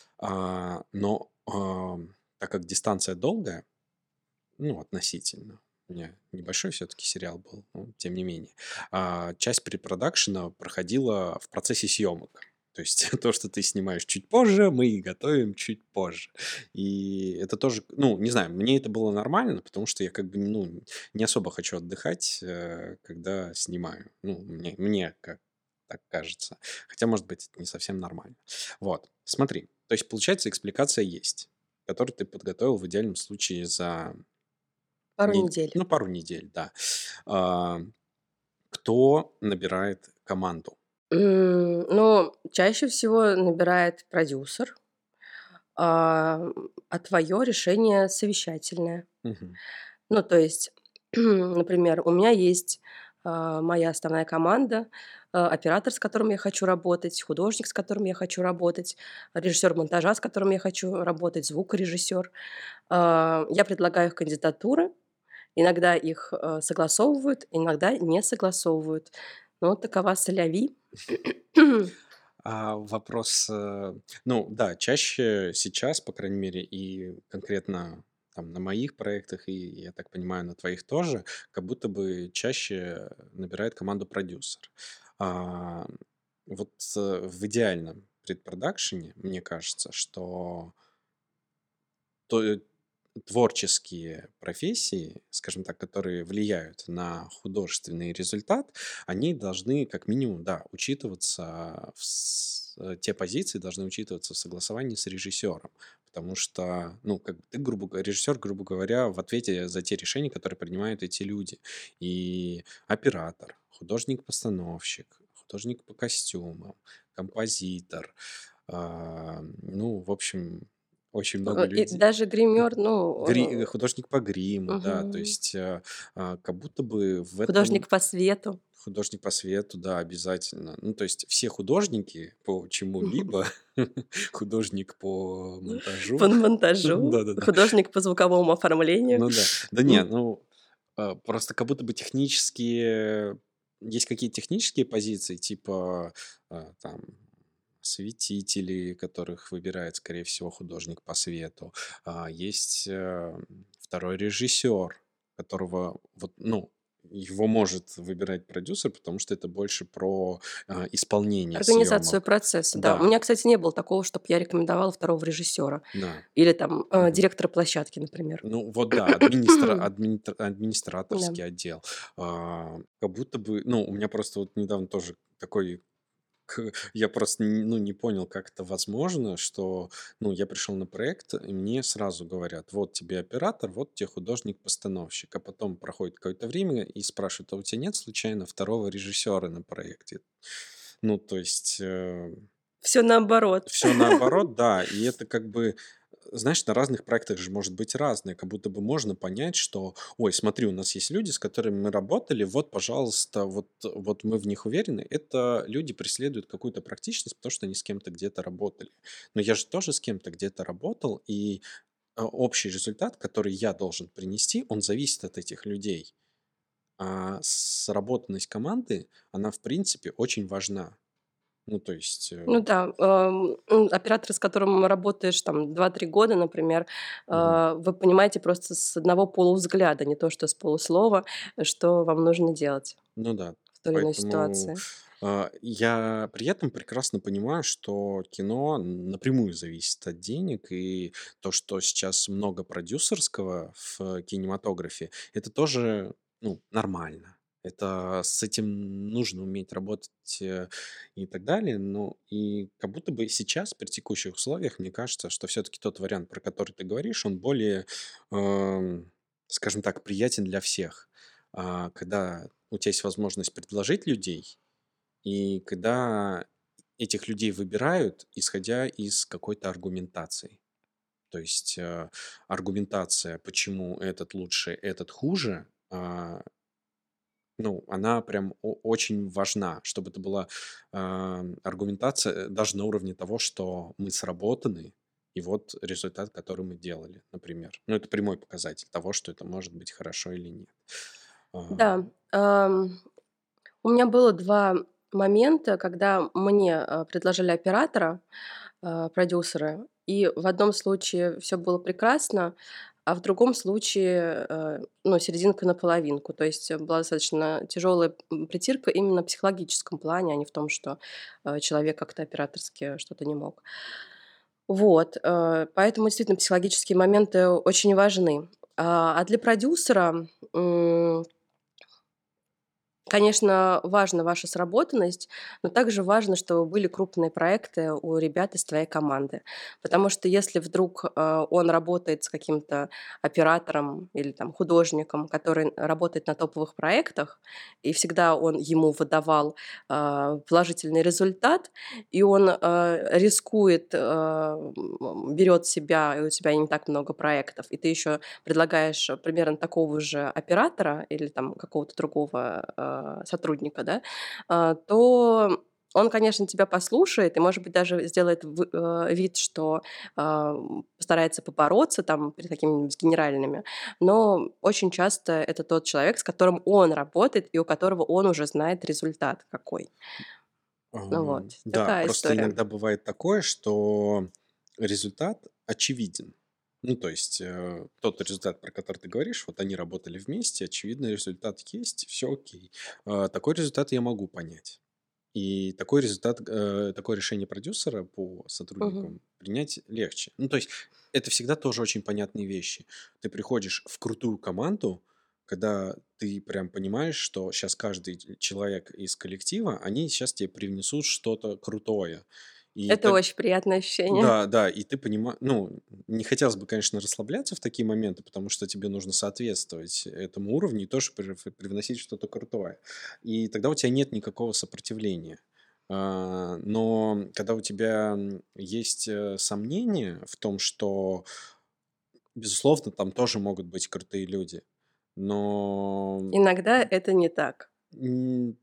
A: но так как дистанция долгая, ну, относительно, у меня небольшой все-таки сериал был, но тем не менее, часть предпродакшена проходила в процессе съемок. То есть то, что ты снимаешь чуть позже, мы и готовим чуть позже. И это тоже, ну, не знаю, мне это было нормально, потому что я как бы, ну, не особо хочу отдыхать, когда снимаю. Ну, мне как так кажется. Хотя, может быть, это не совсем нормально. Вот, смотри. То есть, получается, экспликация есть, которую ты подготовил в идеальном случае за
B: Пару недель.
A: ну, пару недель, да. А, Кто набирает команду?
B: Ну, чаще всего набирает продюсер, а твое решение совещательное.
A: Мгм.
B: Ну, то есть, например, у меня есть моя основная команда, оператор, с которым я хочу работать, художник, с которым я хочу работать, режиссер монтажа, с которым я хочу работать, звукорежиссер. Я предлагаю их кандидатуры, иногда их согласовывают, иногда не согласовывают. Ну, вот такова соляви.
A: Вопрос, ну да, чаще сейчас, по крайней мере, и конкретно там на моих проектах, и, я так понимаю, на твоих тоже, как будто бы чаще набирает команду продюсер. А, Вот в идеальном предпродакшене, мне кажется, что то творческие профессии, скажем так, которые влияют на художественный результат, они должны как минимум, да, учитываться, те позиции должны учитываться в согласовании с режиссером. Потому что, ну, как бы ты, режиссер, грубо говоря, в ответе за те решения, которые принимают эти люди. И оператор, художник-постановщик, художник по костюмам, композитор, ну, в общем, очень много
B: И
A: людей.
B: даже гример, ну,
A: Художник по гриму, да, то
B: мгм,
A: есть как будто бы в этом
B: художник по свету.
A: художник по свету, да, обязательно. Ну, то есть все художники по чему-либо, художник по монтажу,
B: По монтажу,
A: да-да-да,
B: художник по звуковому оформлению.
A: ну да, да не, ну просто как будто бы технические, есть какие-то технические позиции, типа там осветители, которых выбирает, скорее всего, художник по свету. Есть второй режиссер, которого вот, ну, его может выбирать продюсер, потому что это больше про исполнение
B: Организацию
A: съемок.
B: процесса, да. У
A: Да,
B: меня, кстати, не было такого, чтобы я рекомендовала второго режиссера
A: да.
B: или там
A: Мгм.
B: директора площадки, например.
A: Ну вот да,
B: Да.
A: администраторский отдел. Как будто бы, ну, у меня просто вот недавно тоже такой я просто, ну, не понял, как это возможно, что, ну, я пришел на проект, и мне сразу говорят, вот тебе оператор, вот тебе художник-постановщик, а потом проходит какое-то время и спрашивают, а у тебя нет случайно второго режиссера на проекте? Ну, то есть
B: Все наоборот.
A: все наоборот, да, и это как бы знаешь, на разных проектах же может быть разное, как будто бы можно понять, что, ой, смотри, у нас есть люди, с которыми мы работали, вот, пожалуйста, вот мы в них уверены. Это люди преследуют какую-то практичность, потому что они с кем-то где-то работали. Но я же тоже с кем-то где-то работал, и общий результат, который я должен принести, он зависит от этих людей. А сработанность команды, она, в принципе, очень важна. Ну, то есть,
B: Ну да, оператор, с которым работаешь там 2-3 года, например,
A: мгм.
B: вы понимаете просто с одного полувзгляда, не то что с полуслова, что вам нужно делать
A: Ну да,
B: в той или иной
A: поэтому
B: ситуации.
A: я при этом прекрасно понимаю, что кино напрямую зависит от денег, и то, что сейчас много продюсерского в кинематографе, это тоже, ну, нормально. Это с этим нужно уметь работать и так далее. Ну, и как будто бы сейчас, при текущих условиях, мне кажется, что все-таки тот вариант, про который ты говоришь, он более, эм, скажем так, приятен для всех. Когда у тебя есть возможность предложить людей, и когда этих людей выбирают, исходя из какой-то аргументации. То есть аргументация, почему этот лучше, этот хуже, ну, она прям очень важна, чтобы это была аргументация даже на уровне того, что мы сработаны, и вот результат, который мы делали, например. Ну, это прямой показатель того, что это может быть хорошо или нет. А,
B: Да, у меня было 2 момента, когда мне, предложили оператора, продюсеры, и в одном случае все было прекрасно, а в другом случае, ну, серединка на половинку. То есть, была достаточно тяжелая, притирка именно в психологическом плане, а не в том, что, человек как-то операторски что-то не мог. Вот, поэтому действительно психологические моменты очень важны. А для продюсера, конечно, важна ваша сработанность, но также важно, чтобы были крупные проекты у ребят из твоей команды. Потому что если вдруг он работает с каким-то оператором или там, художником, который работает на топовых проектах, и всегда он ему выдавал положительный результат, и он рискует, берет себя, и у тебя не так много проектов, и ты еще предлагаешь примерно такого же оператора или там какого-то другого сотрудника, да, то он, конечно, тебя послушает и, может быть, даже сделает вид, что постарается побороться там перед какими-нибудь генеральными, но очень часто это тот человек, с которым он работает и у которого он уже знает результат какой. Ну вот,
A: Да,
B: такая
A: просто
B: история.
A: иногда бывает такое, что результат очевиден. Ну, то есть тот результат, про который ты говоришь, вот они работали вместе, очевидно, результат есть, все окей. Такой результат я могу понять. И такой результат, такое решение продюсера по
B: Мгм.
A: сотрудникам принять легче. Ну, то есть это всегда тоже очень понятные вещи. Ты приходишь в крутую команду, когда ты прям понимаешь, что сейчас каждый человек из коллектива, они сейчас тебе привнесут что-то крутое. И
B: Это
A: так,
B: очень приятное ощущение.
A: да, да, и ты понимаешь, ну, не хотелось бы, конечно, расслабляться в такие моменты, потому что тебе нужно соответствовать этому уровню и тоже привносить что-то крутое. И тогда у тебя нет никакого сопротивления. Но когда у тебя есть сомнения в том, что, безусловно, там тоже могут быть крутые люди, но
B: Иногда это не так.
A: м,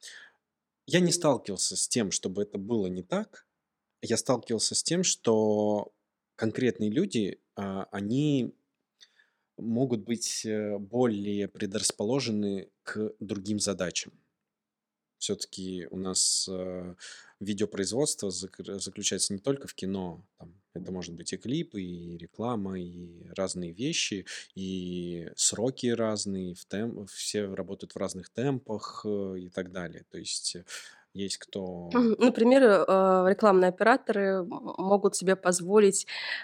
A: я не сталкивался с тем, чтобы это было не так. Я сталкивался с тем, что конкретные люди, они могут быть более предрасположены к другим задачам. Все-таки у нас видеопроизводство заключается не только в кино. Там, это может быть и клипы, и реклама, и разные вещи, и сроки разные, все работают в разных темпах и так далее. То есть есть кто...
B: Например, рекламные операторы могут себе позволить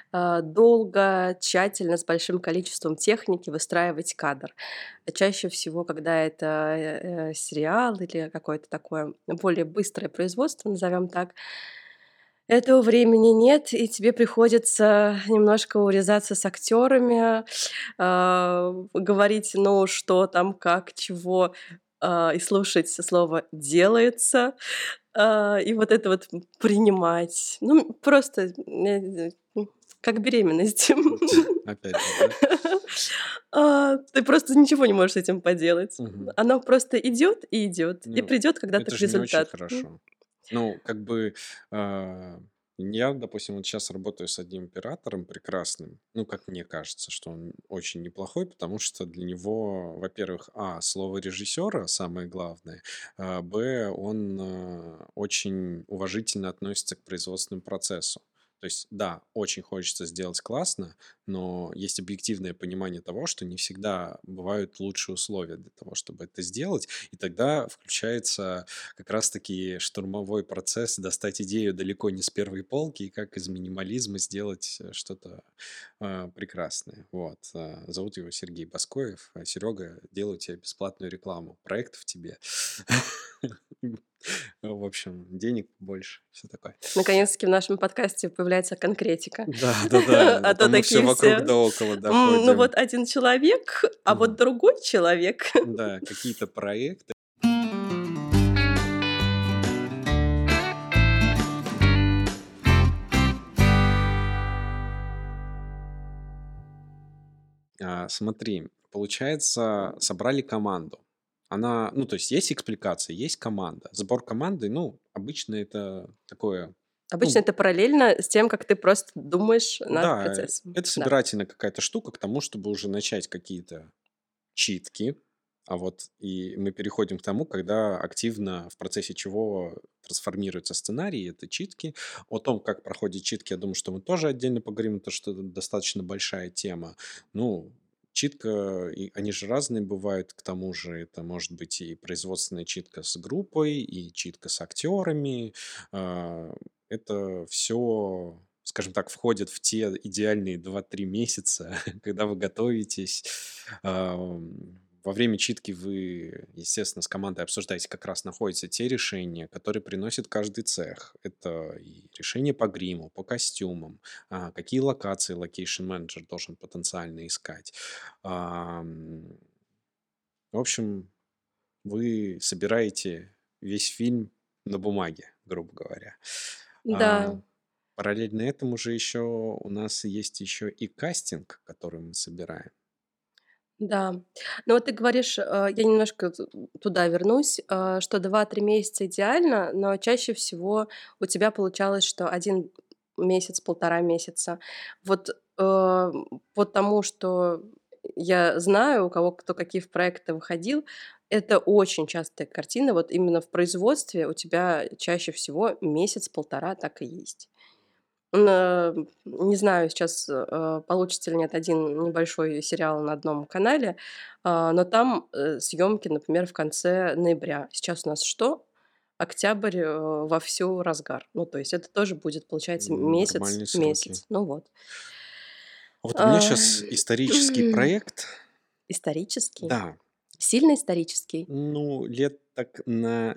B: долго, тщательно, с большим количеством техники выстраивать кадр. Чаще всего, когда это сериал или какое-то такое более быстрое производство, назовем так, этого времени нет, и тебе приходится немножко урезаться с актерами, говорить, ну, что там, как, чего, и слушать слово «делается». И вот это вот принимать. Ну, просто, Как беременность.
A: Опять же, да?
B: Ты просто ничего не можешь с этим поделать.
A: Мгм.
B: Оно просто идет и идет, и
A: Ну,
B: придет когда-то
A: это
B: к
A: же не очень
B: результату.
A: хорошо. Ну, как бы а, я, допустим, вот сейчас работаю с одним оператором прекрасным. Ну, как мне кажется, что он очень неплохой, потому что для него, во-первых, слово режиссера самое главное, б, он очень уважительно относится к производственному процессу. То есть, да, очень хочется сделать классно, но есть объективное понимание того, что не всегда бывают лучшие условия для того, чтобы это сделать, и тогда включается как раз-таки штурмовой процесс достать идею далеко не с первой полки и как из минимализма сделать что-то прекрасное. Вот. Зовут его Сергей Баскоев. Серега, делаю тебе бесплатную рекламу. Проектов тебе. В общем, денег больше, все такое.
B: Наконец-таки в нашем подкасте появляется конкретика.
A: Да, да, да.
B: А
A: А
B: то
A: то мы все
B: такие
A: вокруг
B: все.
A: да около
B: Ну
A: доходим.
B: вот один человек, а вот
A: Мгм.
B: другой человек.
A: Да, какие-то проекты. Смотри, получается, собрали команду. Она, ну, то есть есть экспликация, есть команда. Сбор команды, ну, обычно это такое,
B: Обычно
A: ну,
B: это параллельно с тем, как ты просто думаешь над
A: да,
B: процессом.
A: это
B: Да.
A: собирательная какая-то штука к тому, чтобы уже начать какие-то читки. А вот и мы переходим к тому, когда активно в процессе чего трансформируется сценарий, это читки. О том, как проходят читки, я думаю, что мы тоже отдельно поговорим, потому что это достаточно большая тема. Ну, читка, они же разные бывают, к тому же это может быть и производственная читка с группой, и читка с актерами. А, Это все, скажем так, входит в те идеальные 2-3 месяца, когда вы готовитесь. Во время читки вы, естественно, с командой обсуждаете, как раз находятся те решения, которые приносит каждый цех. Это и решения по гриму, по костюмам, какие локации локейшн менеджер должен потенциально искать. Ам, В общем, вы собираете весь фильм на бумаге, грубо говоря. А,
B: Да,
A: Параллельно этому же еще у нас есть еще и кастинг, который мы собираем.
B: да. Но вот ты говоришь, я немножко туда вернусь, что 2-3 месяца идеально, но чаще всего у тебя получалось, что 1 месяц, 1,5 месяца. Вот, по тому, что я знаю, у кого кто какие в проекты выходил, это очень частая картина. Вот именно в производстве у тебя чаще всего месяц-1,5 так и есть. Не знаю сейчас, получится ли нет один небольшой сериал на одном канале, но там, съемки, например, в конце ноября. Сейчас у нас что? Октябрь, вовсю разгар. Ну, то есть это тоже будет, получается, месяц,
A: Нормальные сроки.
B: месяц. Ну вот.
A: Вот у меня
B: А,
A: сейчас исторический проект,
B: Исторический?
A: да,
B: Сильно исторический?
A: ну, лет так на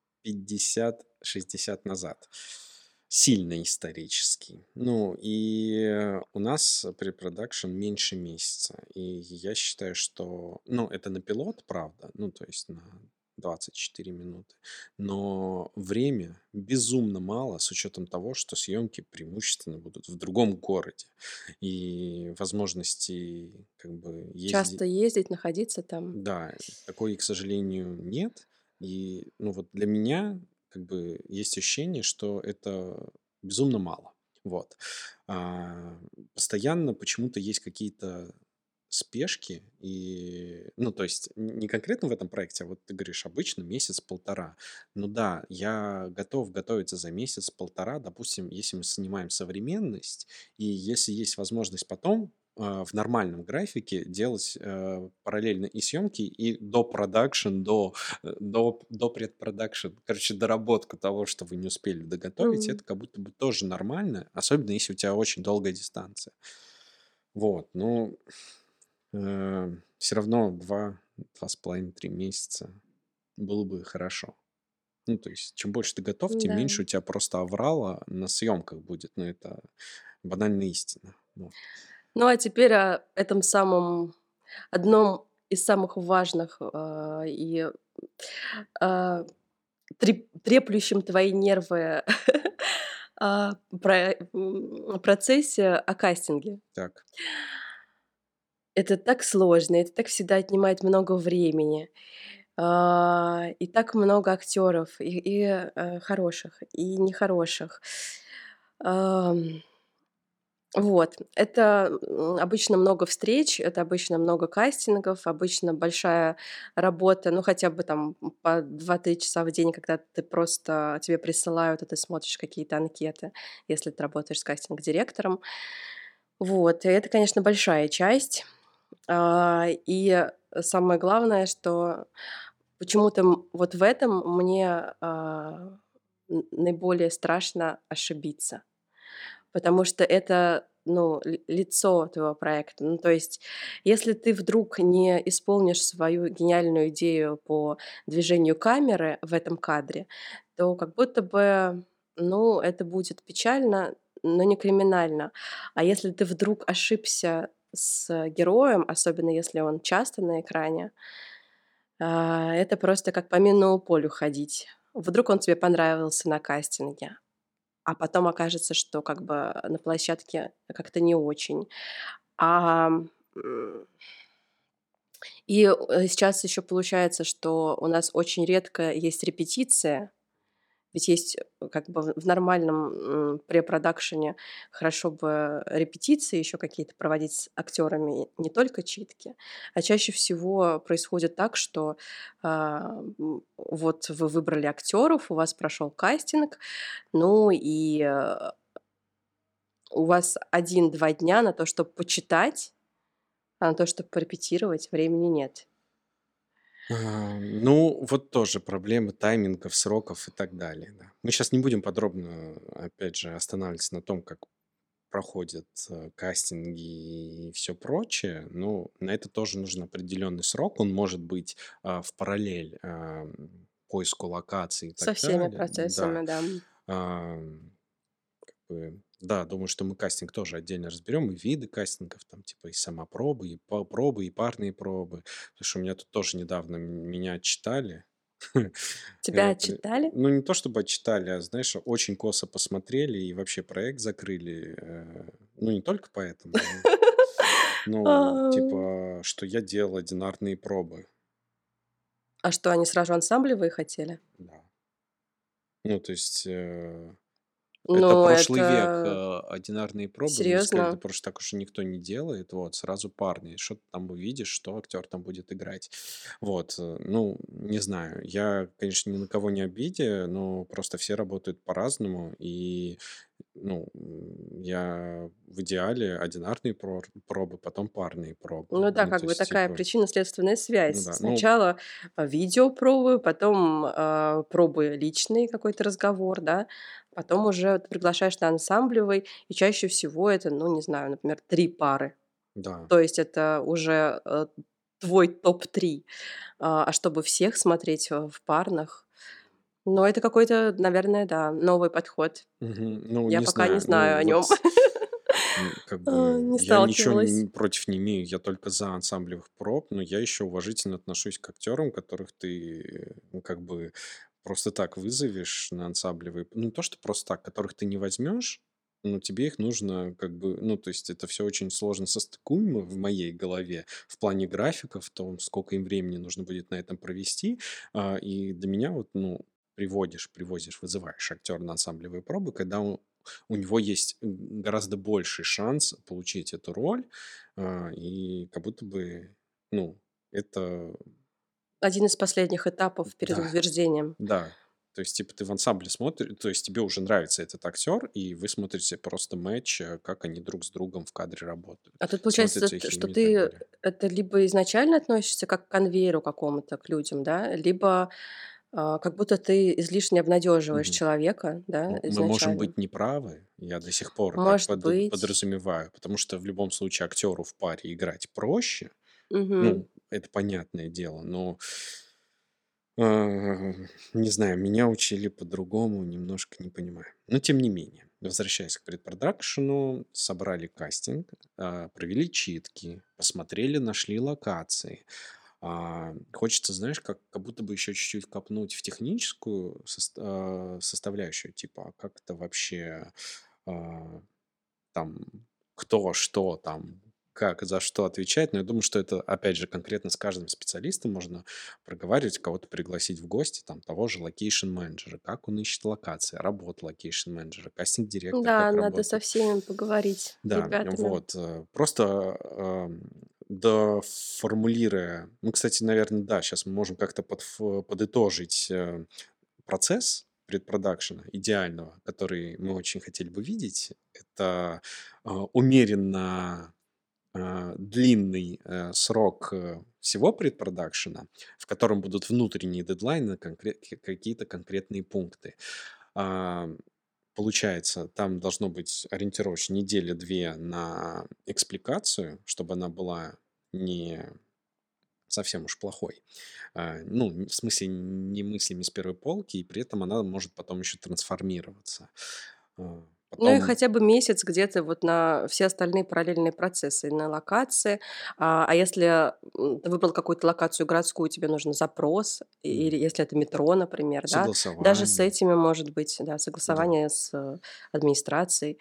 A: 50-60 назад. Сильно исторический. Ну, и у нас препродакшн меньше месяца. И я считаю, что... Ну, это на пилот, правда, ну, то есть на 24 минуты. Но время безумно мало, с учетом того, что съемки преимущественно будут в другом городе. И возможности как бы ездить...
B: Часто ездить, находиться там?
A: Да, такой, к сожалению, нет. И, ну, вот для меня как бы есть ощущение, что это безумно мало. Вот. Постоянно почему-то есть какие-то спешки, и, ну, то есть не конкретно в этом проекте, а вот ты говоришь, обычно месяц-полтора. Ну да, я готов готовиться за месяц-полтора, допустим, если мы снимаем современность, и если есть возможность потом в нормальном графике делать параллельно и съемки, и до продакшн, до предпродакшн. Короче, доработку того, что вы не успели доготовить, это как будто бы тоже нормально, особенно если у тебя очень долгая дистанция. Вот, ну, все равно 2,5-3 месяца было бы хорошо. Ну, то есть, чем больше ты готов, тем
B: Да.
A: меньше у тебя просто аврала на съемках будет. Ну, это банальная истина. Вот.
B: Ну, а теперь о этом самом одном из самых важных, и, а, треплющем твои нервы Процессе о кастинге.
A: Так.
B: Это так сложно, это так всегда отнимает много времени. И так много актеров, хороших, и нехороших. Ам, вот. Это обычно много встреч, это обычно много кастингов, обычно большая работа, ну хотя бы там по 2-3 часа в день, когда ты просто тебе присылают, и ты смотришь какие-то анкеты, если ты работаешь с кастинг-директором. Вот. И это, конечно, большая часть. И самое главное, что почему-то вот в этом мне наиболее страшно ошибиться, потому что это, ну, лицо твоего проекта. Ну, то есть, если ты вдруг не исполнишь свою гениальную идею по движению камеры в этом кадре, то как будто бы, ну, это будет печально, но не криминально. А если ты вдруг ошибся с героем, особенно если он часто на экране, это просто как по минному полю ходить. Вдруг он тебе понравился на кастинге, а потом окажется, что как бы на площадке как-то не очень. А, м, Сейчас еще получается, что у нас очень редко есть репетиция. Ведь есть, как бы в нормальном, препродакшене хорошо бы репетиции еще какие-то проводить с актерами, не только читки. А чаще всего происходит так, что, вот вы выбрали актеров, у вас прошел кастинг, ну и, у вас 1-2 дня на то, чтобы почитать, а на то, чтобы порепетировать, времени нет.
A: Ну, вот тоже проблемы таймингов, сроков и так далее, да. Мы сейчас не будем подробно, опять же, останавливаться на том, как проходят кастинги и все прочее, но на это тоже нужен определенный срок. Он может быть в параллель поиску локаций и так
B: Со всеми
A: далее. Да.
B: процессами, да.
A: Да, думаю, что мы кастинг тоже отдельно разберем, и виды кастингов, там, типа, и самопробы, и пробы, и парные пробы. Потому что у меня тут тоже недавно меня отчитали.
B: Тебя
A: При-
B: отчитали?
A: Ну, не то чтобы отчитали, а, знаешь, очень косо посмотрели и вообще проект закрыли. Ну, не только поэтому. Ну,
B: А
A: типа, что я делал одинарные пробы.
B: а что, они сразу ансамблевые хотели?
A: Да. Ну, то есть... Это
B: Ну,
A: прошлый век,
B: это
A: одинарные пробы. Мне сказали, да
B: серьезно.
A: потому что так уж никто не делает, вот, сразу парные. Что ты там увидишь, что актер там будет играть. Вот, ну, не знаю. Я, конечно, ни на кого не обиде, но просто все работают по-разному. И, ну, я в идеале одинарные пробы, потом парные пробы.
B: Ну да,
A: Ну,
B: как
A: то
B: бы
A: есть,
B: такая
A: типа,
B: причинно-следственная
A: ну
B: связь.
A: да, ну,
B: Сначала видеопробы, потом пробы личный какой-то разговор, да, потом уже ты приглашаешь на ансамблевый, и чаще всего это, ну, не знаю, например, 3 пары.
A: да.
B: То есть это уже твой топ-3. А чтобы всех смотреть в парных, ну, это какой-то, наверное, да, новый подход.
A: Ну,
B: Я
A: не
B: пока не
A: знаю,
B: знаю
A: ну,
B: о
A: вот
B: нем.
A: Как бы
B: Не
A: я ничего
B: сталкивалась.
A: против не имею, я только за ансамблевых проб, но я еще уважительно отношусь к актерам, которых ты, ну, как бы просто так вызовешь на ансамблевые, ну, не то, что просто так, которых ты не возьмешь, но тебе их нужно как бы, ну, то есть это все очень сложно состыкуемо в моей голове в плане графиков, в том, сколько им времени нужно будет на этом провести, и до меня вот, ну, привозишь, вызываешь актера на ансамблевые пробы, когда у него есть гораздо больший шанс получить эту роль, и как будто бы, ну, это,
B: Один из последних этапов перед
A: да,
B: утверждением.
A: да. То есть, типа, ты в ансамбле смотришь, то есть тебе уже нравится этот актер, и вы смотрите просто матч, как они друг с другом в кадре работают,
B: А тут получается,
A: смотрите
B: что
A: химию и так
B: ты
A: далее.
B: это либо изначально относишься как к конвейеру какому-то, к людям, да, либо как будто ты излишне обнадеживаешь
A: Мгм.
B: человека, да,
A: Мы можем
B: изначально.
A: быть неправы, я до сих пор так
B: Может быть.
A: подразумеваю, потому что в любом случае актеру в паре играть проще,
B: Мгм.
A: ну, это понятное дело, но А, не знаю, меня учили по-другому, немножко не понимаю. Но тем не менее, возвращаясь к предпродакшену, собрали кастинг, провели читки, посмотрели, нашли локации. Хочется, знаешь, как будто бы еще чуть-чуть копнуть в техническую составляющую, типа, как это вообще а, там, кто что там, как, за что отвечает. Но я думаю, что это, опять же, конкретно с каждым специалистом можно проговаривать, кого-то пригласить в гости, там, того же локейшн-менеджера, как он ищет локации, работа локейшн-менеджера, кастинг-директор,
B: Да,
A: как
B: надо со
A: работает.
B: всеми поговорить с
A: Да,
B: ребятами.
A: вот. Просто доформулируя, ну, кстати, наверное, да, сейчас мы можем как-то подытожить процесс предпродакшена идеального, который мы очень хотели бы видеть. Это умеренно длинный срок всего предпродакшена, в котором будут внутренние дедлайны, какие-то конкретные пункты. А, Получается, там должно быть ориентировочно недели-две на экспликацию, чтобы она была не совсем уж плохой. Ну, в смысле, не мыслями с первой полки, и при этом она может потом еще трансформироваться. А,
B: Ну и
A: Потом,
B: хотя бы месяц где-то вот на все остальные параллельные процессы, на локации. А если ты выбрал какую-то локацию городскую, тебе нужен запрос, или
A: мгм,
B: если это метро, например, да, даже с
A: согласование,
B: этими может быть, да,
A: да.
B: согласование с администрацией.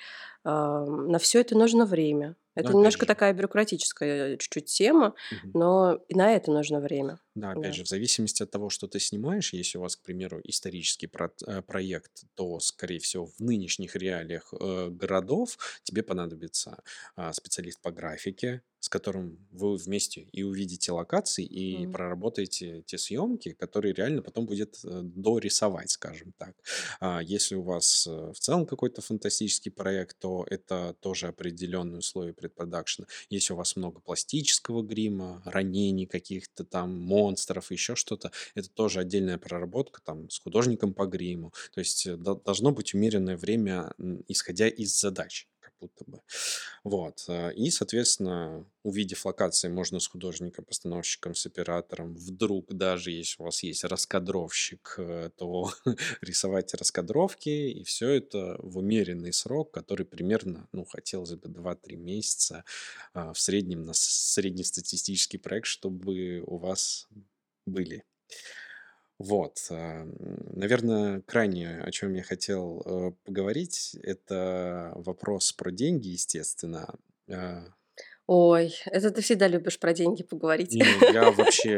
B: На все это нужно время.
A: Но
B: Это
A: опять
B: немножко
A: же,
B: такая бюрократическая чуть-чуть тема,
A: мгм.
B: но и на это нужно время.
A: Да, опять
B: Да.
A: же, в зависимости от того, что ты снимаешь, если у вас, к примеру, исторический проект, то, скорее всего, в нынешних реалиях городов тебе понадобится специалист по графике, с которым вы вместе и увидите локации, и
B: М.
A: проработаете те съемки, которые реально потом будет дорисовать, скажем так. Если у вас в целом какой-то фантастический проект, то это тоже определенные условия предпродакшена. Если у вас много пластического грима, ранений каких-то там, монстров, еще что-то, это тоже отдельная проработка там с художником по гриму. То есть должно быть умеренное время, исходя из задач, как будто бы. Вот. И, соответственно, увидев локации, можно с художником, постановщиком, с оператором, вдруг даже если у вас есть раскадровщик, то рисовать раскадровки, и все это в умеренный срок, который примерно, ну, хотелось бы 2-3 месяца в среднем на среднестатистический проект, чтобы у вас были. Вот, наверное, крайнее, о чем я хотел поговорить, это вопрос про деньги, естественно. А,
B: Ой, это ты всегда любишь про деньги поговорить.
A: Не, я вообще,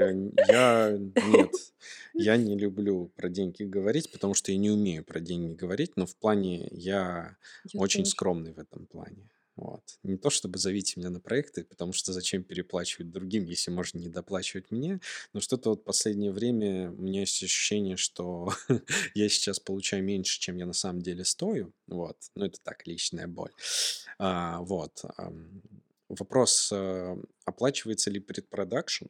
A: нет, я не люблю про деньги говорить, потому что я не умею про деньги говорить, но в плане я
B: Я
A: очень
B: тоже.
A: скромный в этом плане. Вот. Не то чтобы зовите меня на проекты, потому что зачем переплачивать другим, если можно не доплачивать мне, но что-то вот последнее время у меня есть ощущение, что я сейчас получаю меньше, чем я на самом деле стою. Вот. Ну, это так, личная боль. Вот. Вопрос, оплачивается ли предпродакшн?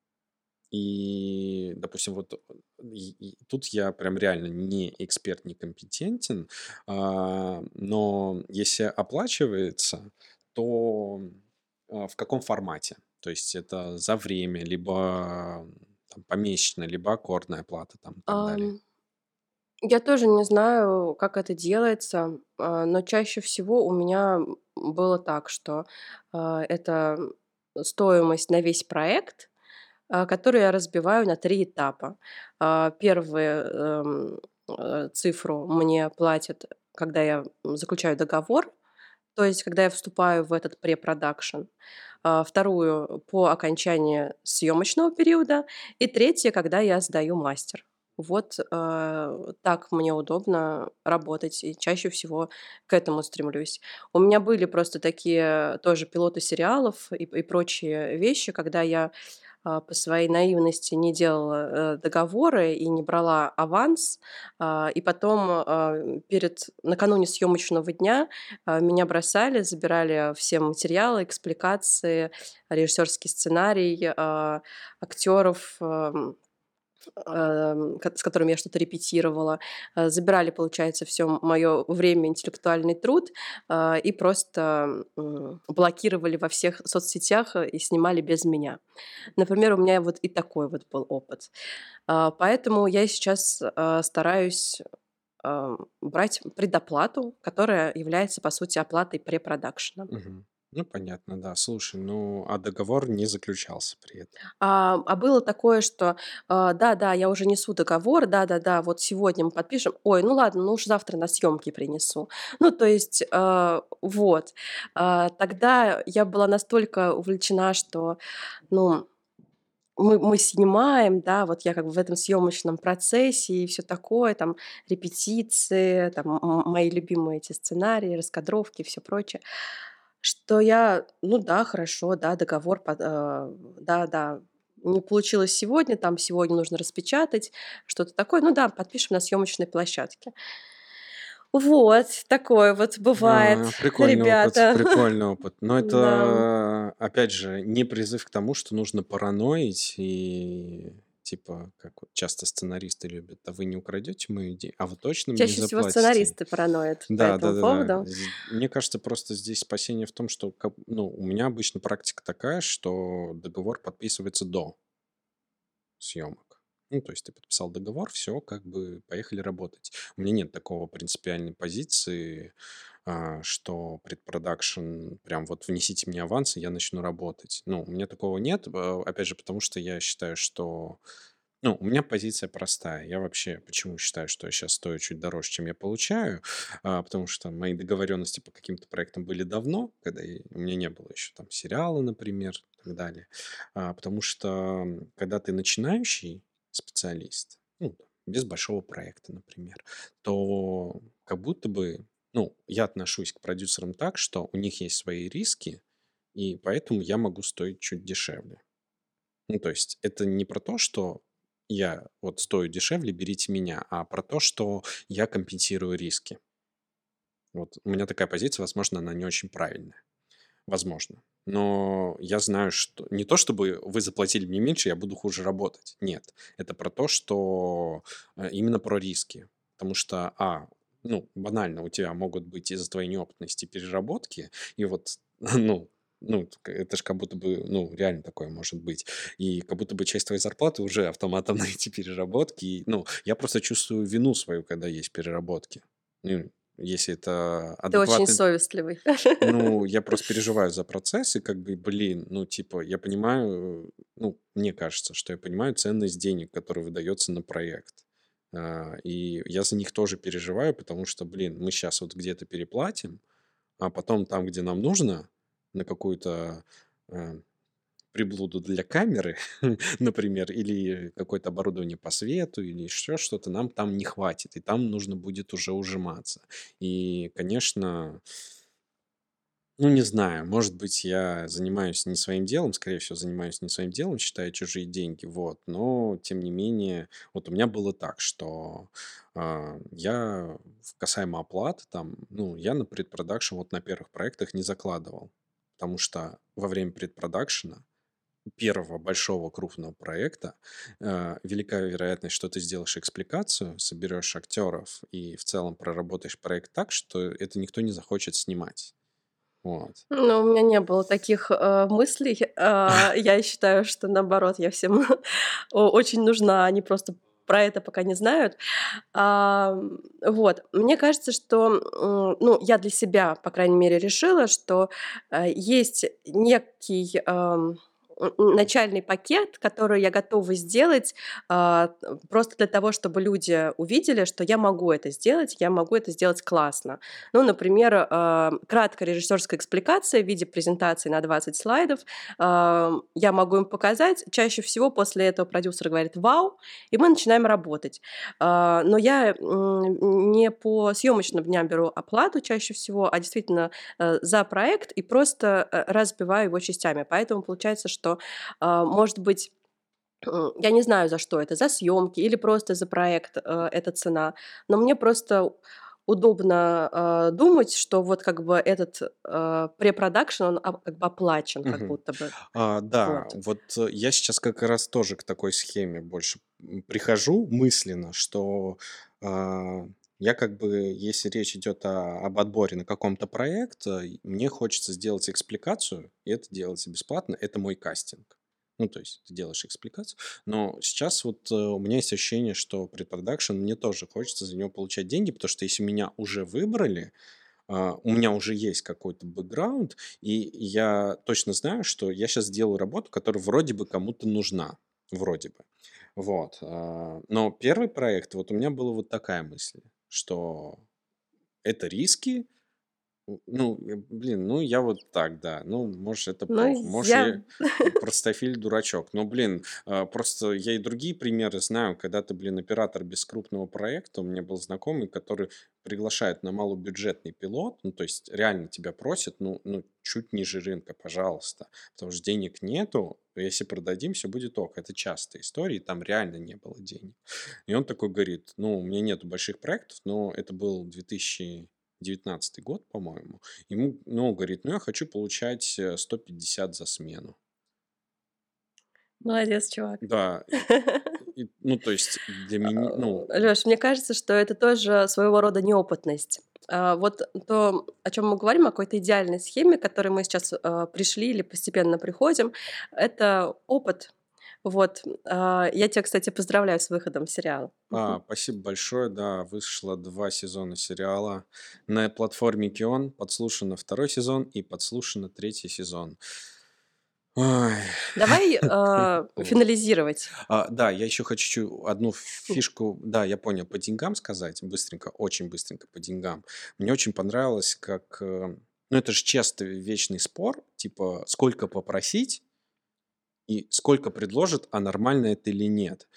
A: И, допустим, вот тут я прям реально не эксперт, не компетентен, но если оплачивается, то в каком формате? То есть это за время, либо там, помесячно, либо аккордная плата там и так далее.
B: Ам, я тоже не знаю, как это делается, но чаще всего у меня было так, что это стоимость на весь проект, который я разбиваю на 3 этапа. Первую цифру мне платят, когда я заключаю договор, то есть когда я вступаю в этот препродакшн. Вторую по окончании съемочного периода и третья, когда я сдаю мастер. Вот, так мне удобно работать, и чаще всего к этому стремлюсь. У меня были просто такие тоже пилоты сериалов и прочие вещи, когда я по своей наивности не делала договоры и не брала аванс, и потом накануне съемочного дня меня бросали, забирали все материалы, экспликации, режиссерский сценарий, актеров, с которыми я что-то репетировала. Забирали, получается, все мое время, интеллектуальный труд, и просто блокировали во всех соцсетях и снимали без меня. Например, у меня вот и такой вот был опыт. Поэтому я сейчас стараюсь брать предоплату, которая является, по сути, оплатой препродакшена.
A: Мгм. Ну, понятно, да. Слушай, ну, а договор не заключался при этом.
B: А было такое, что, да-да, я уже несу договор, да-да-да, вот сегодня мы подпишем. Ой, ну ладно, ну уж завтра на съемки принесу. Ну, то есть, вот. Тогда я была настолько увлечена, что, ну, мы снимаем, да, вот я как бы в этом съемочном процессе и все такое, там репетиции, там мои любимые эти сценарии, раскадровки и все прочее, что я, ну да, хорошо, да, договор, да-да, не получилось сегодня, там сегодня нужно распечатать, что-то такое, ну да, подпишем на съемочной площадке. Вот, такое вот бывает,
A: Прикольный опыт,
B: ребята.
A: прикольный опыт. Но
B: Да.
A: это, опять же, не призыв к тому, что нужно параноить и типа, как вот часто сценаристы любят, а вы не украдете мою идею, а вы точно мне
B: Чаще всего
A: заплатите.
B: сценаристы параноят по
A: Да, да,
B: этому
A: да, да.
B: поводу.
A: Мне кажется, просто здесь спасение в том, что ну, у меня обычно практика такая, что договор подписывается до съемок. Ну, то есть ты подписал договор, все, как бы поехали работать. У меня нет такого принципиальной позиции, что предпродакшн, прям вот внесите мне аванс, и я начну работать. Ну, у меня такого нет, опять же, потому что я считаю, что... Ну, у меня позиция простая. Я вообще почему считаю, что я сейчас стою чуть дороже, чем я получаю, потому что мои договоренности по каким-то проектам были давно, когда у меня не было еще там сериала, например, и так далее. Потому что когда ты начинающий специалист, ну, там, без большого проекта, например, то как будто бы, ну, я отношусь к продюсерам так, что у них есть свои риски, и поэтому я могу стоить чуть дешевле. Ну, то есть это не про то, что я вот стою дешевле, берите меня, а про то, что я компенсирую риски. Вот у меня такая позиция, возможно, она не очень правильная. Возможно. Но я знаю, что не то, чтобы вы заплатили мне меньше, я буду хуже работать. Нет. Это про то, что именно про риски. Потому что, ну, банально, у тебя могут быть из-за твоей неопытности переработки, и вот, это же как будто бы, ну, реально такое может быть. И как будто бы часть твоей зарплаты уже автоматом на эти переработки. И, ну, я просто чувствую вину свою, когда есть переработки. Ну, если это
B: Ты очень
A: адекватный...
B: совестливый.
A: Ну, я просто переживаю за процесс, и как бы, блин, ну, типа, я понимаю, ну, мне кажется, что я понимаю ценность денег, которые выдается на проект. И я за них тоже переживаю, потому что, блин, мы сейчас вот где-то переплатим, а потом там, где нам нужно, на какую-то э, приблуду для камеры, например, или какое-то оборудование по свету, или еще что-то, нам там не хватит, и там нужно будет уже ужиматься. И, конечно, ну, не знаю, может быть, я занимаюсь не своим делом, скорее всего, занимаюсь не своим делом, считаю чужие деньги, вот, но, тем не менее, вот у меня было так, что я касаемо оплаты, там, ну, я на предпродакшн вот на первых проектах не закладывал, потому что во время предпродакшена первого большого крупного проекта велика вероятность, что ты сделаешь экспликацию, соберешь актеров и в целом проработаешь проект так, что это никто не захочет снимать. Вот.
B: Ну, у меня не было таких, мыслей. Я считаю, что наоборот, я всем очень нужна, они просто про это пока не знают. Вот. Мне кажется, что, ну, я для себя, по крайней мере, решила, что, есть некий, начальный пакет, который я готова сделать, просто для того, чтобы люди увидели, что я могу это сделать классно. Ну, например, краткая режиссерская экспликация в виде презентации на 20 слайдов. Я могу им показать. Чаще всего после этого продюсер говорит «Вау!», и мы начинаем работать. Но я не по съемочным дням беру оплату чаще всего, а действительно за проект и просто разбиваю его частями. Поэтому получается, что, может быть, я не знаю, за что это, за съемки или просто за проект, эта цена. Но мне просто удобно, думать, что вот как бы этот, препродакшн, он как бы оплачен как
A: Мгм.
B: будто бы.
A: Да,
B: Вот.
A: вот я сейчас как раз тоже к такой схеме больше прихожу мысленно, что а, я как бы, если речь идет об отборе на каком-то проект, мне хочется сделать экспликацию, и это делается бесплатно, это мой кастинг. Ну, то есть ты делаешь экспликацию, но сейчас вот у меня есть ощущение, что предпродакшн мне тоже хочется за него получать деньги, потому что если меня уже выбрали, у меня уже есть какой-то бэкграунд, и я точно знаю, что я сейчас делаю работу, которая вроде бы кому-то нужна. Вроде бы. Вот. Но первый проект, вот у меня была вот такая мысль, что это риски. Ну, блин, ну я вот так, да. Ну, может, это
B: Ну,
A: плохо. Может,
B: я
A: я простофиль, дурачок. Но, блин, просто я и другие примеры знаю, когда ты, блин, оператор без крупного проекта. У меня был знакомый, который приглашает на малобюджетный пилот, ну, то есть реально тебя просят, ну чуть ниже рынка, пожалуйста, потому что денег нету, если продадим, все будет ок. Это частая история, и там реально не было денег. И он такой говорит, ну, у меня нету больших проектов, но это был 2019 год, по-моему. Ему, ну, говорит, ну, я хочу получать 150 за смену.
B: молодец, чувак.
A: Да, ну, то есть для меня, ну,
B: Лёш, мне кажется, что это тоже своего рода неопытность. Вот то, о чем мы говорим, о какой-то идеальной схеме, к которой мы сейчас пришли или постепенно приходим, это опыт. Вот. Я тебя, кстати, поздравляю с выходом сериала.
A: спасибо большое, да, вышло 2 сезона сериала на платформе Кион, подслушано 2 сезон и подслушано 3 сезон. Ой,
B: Давай
A: вот.
B: финализировать.
A: Да, я еще хочу одну фишку, да, я понял, по деньгам сказать, быстренько, очень быстренько по деньгам. Мне очень понравилось, как, ну, это же часто вечный спор, типа, сколько попросить и сколько предложат, а нормально это или нет.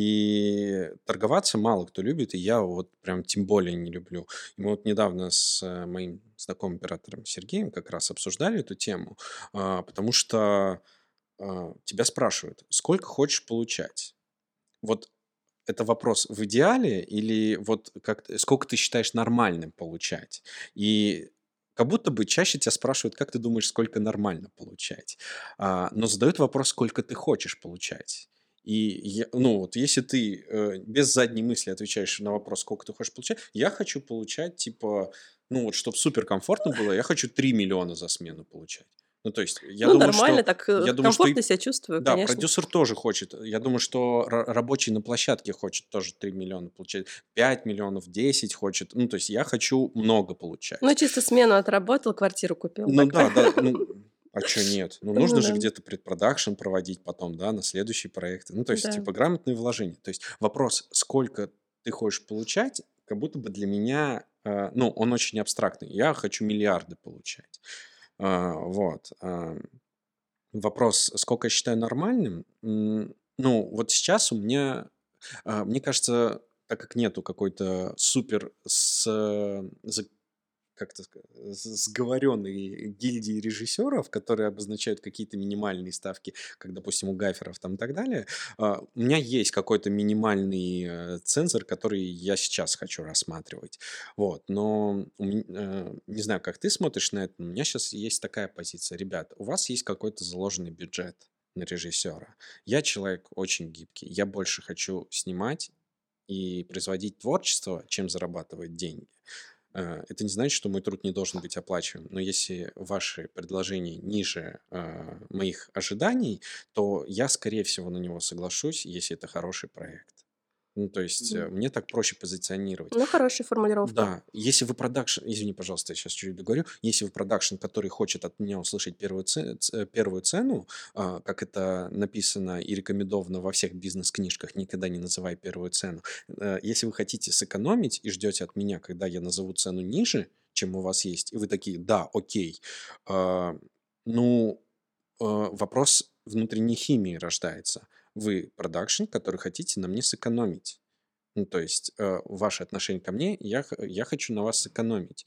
A: И торговаться мало кто любит, и я вот прям тем более не люблю. И мы вот недавно с моим знакомым оператором Сергеем как раз обсуждали эту тему, потому что тебя спрашивают, сколько хочешь получать? Вот это вопрос в идеале или вот сколько ты считаешь нормальным получать? И как будто бы чаще тебя спрашивают, как ты думаешь, сколько нормально получать? Но задают вопрос, сколько ты хочешь получать. И ну вот если ты без задней мысли отвечаешь на вопрос, сколько ты хочешь получать, я хочу получать типа, ну вот чтобы супер комфортно было, я хочу 3 миллиона за смену получать. Ну то есть
B: Ну, нормально, так
A: я думаю, что
B: комфортно себя чувствую,
A: да,
B: конечно.
A: продюсер тоже хочет. Я думаю, что рабочий на площадке хочет тоже 3 миллиона получать. 5 миллионов, 10 хочет. Ну, то есть я хочу много
B: Ну,
A: получать.
B: чисто смену отработал, квартиру купил.
A: Ну
B: Так.
A: да, ну, а что нет? Ну, нужно
B: Ну
A: же
B: да,
A: где-то предпродакшн проводить потом, да, на следующие проекты. Ну, то есть,
B: да.
A: типа, грамотные вложения. То есть вопрос, сколько ты хочешь получать, как будто бы для меня, ну, он очень абстрактный. Я хочу миллиарды получать. Вот. Вопрос, сколько я считаю нормальным? Ну, вот сейчас у меня, мне кажется, так как нету какой-то супер как это сговоренной гильдии режиссеров, которые обозначают какие-то минимальные ставки, как, допустим, у гаферов там и так далее, у меня есть какой-то минимальный цензор, который я сейчас хочу рассматривать. Вот, но не знаю, как ты смотришь на это, но у меня сейчас есть такая позиция. Ребят, у вас есть какой-то заложенный бюджет на режиссера. Я человек очень гибкий. Я больше хочу снимать и производить творчество, чем зарабатывать деньги. Это не значит, что мой труд не должен быть оплачиваем. Но если ваши предложения ниже моих ожиданий, то я, скорее всего, на него соглашусь, если это хороший проект. Ну, то есть мне так проще позиционировать.
B: Ну, хорошая формулировка.
A: Да, если вы продакшн, извини, пожалуйста, я сейчас чуть-чуть договорю, если вы продакшн, который хочет от меня услышать первую цену, как это написано и рекомендовано во всех бизнес-книжках, никогда не называй первую цену. Если вы хотите сэкономить и ждете от меня, когда я назову цену ниже, чем у вас есть, и вы такие, да, окей, ну, вопрос внутренней химии рождается. Вы продакшн, который хотите на мне сэкономить. Ну, то есть ваше отношение ко мне, я хочу на вас сэкономить.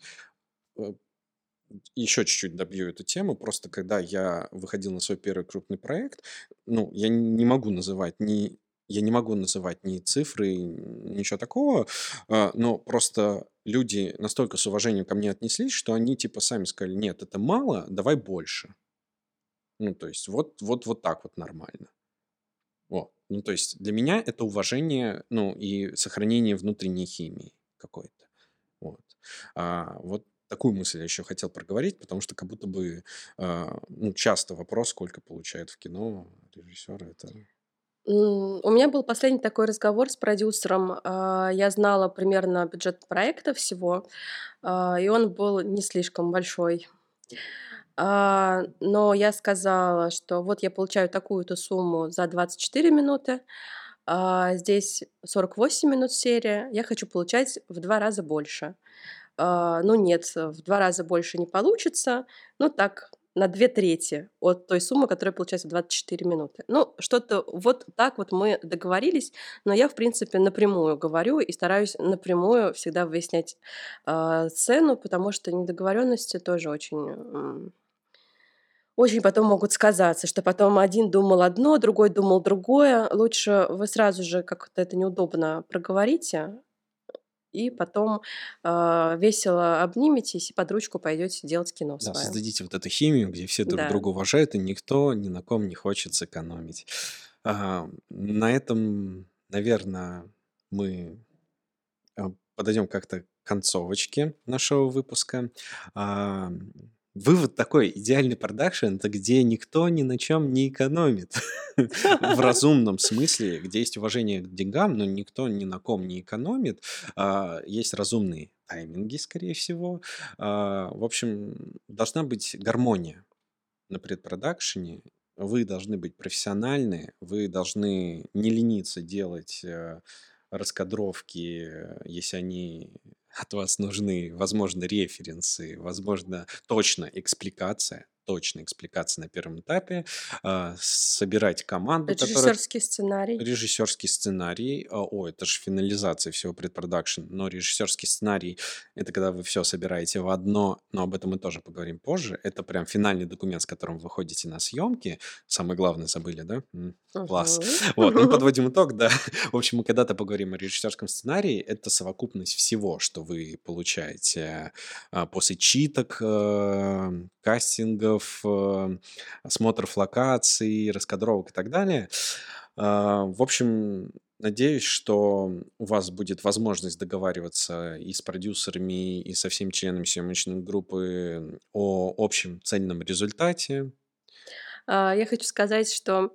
A: Еще чуть-чуть добью эту тему. Просто когда я выходил на свой первый крупный проект, ну, я не могу называть ни цифры, ничего такого, но просто люди настолько с уважением ко мне отнеслись, что они типа сами сказали, нет, это мало, давай больше. Ну, то есть вот так вот нормально. Вот. Ну, то есть для меня это уважение, ну, и сохранение внутренней химии какой-то. Вот. Вот такую мысль я еще хотел проговорить, потому что как будто бы ну, часто вопрос, сколько получает в кино режиссер, это...
B: У меня был последний такой разговор с продюсером. Я знала примерно бюджет проекта всего, и он был не слишком большой. Но я сказала, что вот я получаю такую-то сумму за 24 минуты, здесь 48 минут серия, я хочу получать в 2 раза больше. Ну нет, в 2 раза больше не получится, ну так, на 2/3 от той суммы, которая получается в 24 минуты. Ну, что-то вот так вот мы договорились, но я, в принципе, напрямую говорю и стараюсь напрямую всегда выяснять цену, потому что недоговоренности тоже очень потом могут сказаться, что потом один думал одно, другой думал другое. Лучше вы сразу же как-то это неудобно проговорите, и потом весело обниметесь и под ручку пойдете делать кино
A: Да,
B: свое.
A: создадите вот эту химию, где все друг
B: Да.
A: друга уважают, и никто ни на ком не хочет сэкономить. На этом, наверное, мы подойдем как-то к концовочке нашего выпуска. А, Вывод такой: идеальный продакшн — это где никто ни на чем не экономит. В разумном смысле, где есть уважение к деньгам, но никто ни на ком не экономит. Есть разумные тайминги, скорее всего. В общем, должна быть гармония на предпродакшене. Вы должны быть профессиональны, вы должны не лениться делать раскадровки, если они от вас нужны, возможно, референсы, возможно, точно экспликация на первом этапе, собирать команду, которая...
B: Режиссерский сценарий.
A: Это же финализация всего предпродакшн. Но режиссерский сценарий — это когда вы все собираете в одно, но об этом мы тоже поговорим позже. Это прям финальный документ, с которым вы ходите на съемки. Самое главное забыли, да? Класс. Вот, мы подводим итог, да. В общем, мы когда-то поговорим о режиссерском сценарии. Это совокупность всего, что вы получаете после читок, кастингов, осмотров локаций, раскадровок и так далее. В общем, надеюсь, что у вас будет возможность договариваться и с продюсерами, и со всеми членами съемочной группы о общем цельном результате.
B: Я хочу сказать, что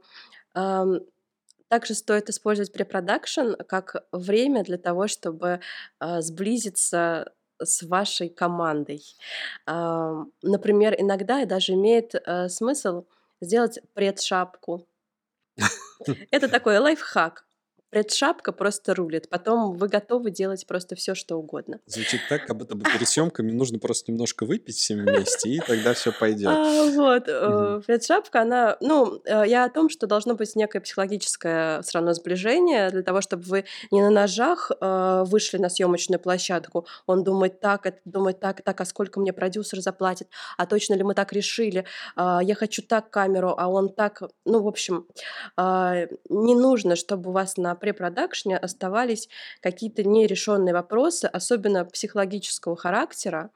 B: также стоит использовать препродакшн как время для того, чтобы сблизиться с вашей командой. Например, иногда даже имеет смысл сделать предшапку. Это такой лайфхак. Предшапка просто рулит. Потом вы готовы делать просто все, что угодно.
A: Звучит так, как будто бы перед съемками нужно просто немножко выпить всем вместе, и тогда все пойдет.
B: Предшапка, она... я о том, что должно быть некое психологическое все равно сближение для того, чтобы вы не на ножах вышли на съемочную площадку. Он думает так, это думает так, а сколько мне продюсер заплатит? А точно ли мы так решили? Я хочу так камеру, а он так... в общем, не нужно, чтобы у вас на препродакшне оставались какие-то нерешенные вопросы, особенно психологического характера.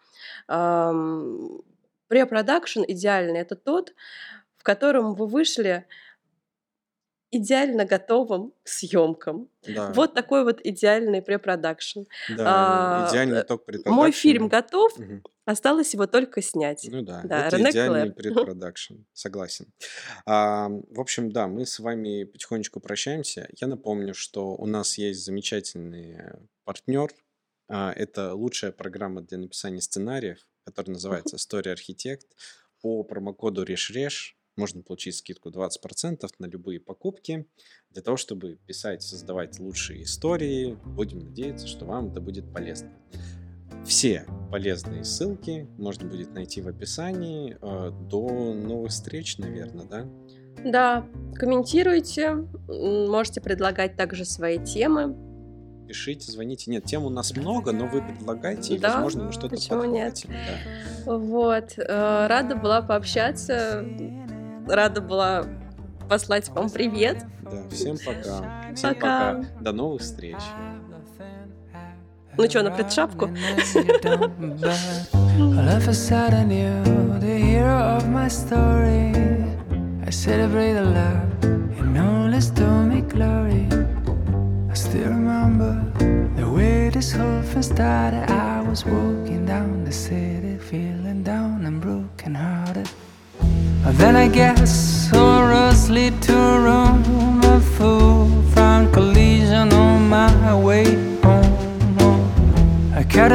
B: Препродакшн идеальный — это тот, в котором вы вышли идеально готовым к съемкам.
A: Да,
B: Вот такой вот идеальный препродакшн.
A: да, идеальный итог
B: Мой фильм
A: предпродакшена.
B: готов, осталось его только снять.
A: Ну да,
B: Да,
A: это
B: Рене
A: идеальный
B: Клэр.
A: предпродакшн, согласен. В общем, да, мы с вами потихонечку прощаемся. Я напомню, что у нас есть замечательный партнер. Это лучшая программа для написания сценариев, которая называется Story Architect. По промокоду RESHRESH можно получить скидку 20% на любые покупки для того, чтобы писать, создавать лучшие истории. Будем надеяться, что вам это будет полезно. Все полезные ссылки можно будет найти в описании. До новых встреч, наверное, да?
B: Да, комментируйте, можете предлагать также свои темы.
A: Пишите, звоните. Нет, тем у нас много, но вы предлагайте, и,
B: Да,
A: возможно, мы что-то
B: почему нет?
A: подхватим. Да.
B: Вот, рада была пообщаться, рада была послать вам привет.
A: Да, всем пока. Всем
B: Пока.
A: пока. До новых встреч.
B: Ну что, на предшапку?
D: All of a sudden you're the hero of my story. I celebrate the love, let's do me glory. I still remember the way this whole thing started. I was walking down the city, feeling down and broken hearted. Then I guess all roads lead to Rome, a fool.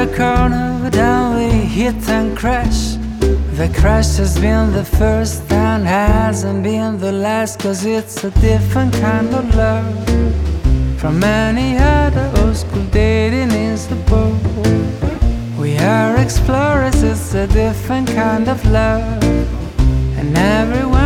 D: the corner, then we hit and crash. The crash has been the first and hasn't been the last, 'cause it's a different kind of love from any other old school dating is the boat. We are explorers, it's a different kind of love, and everyone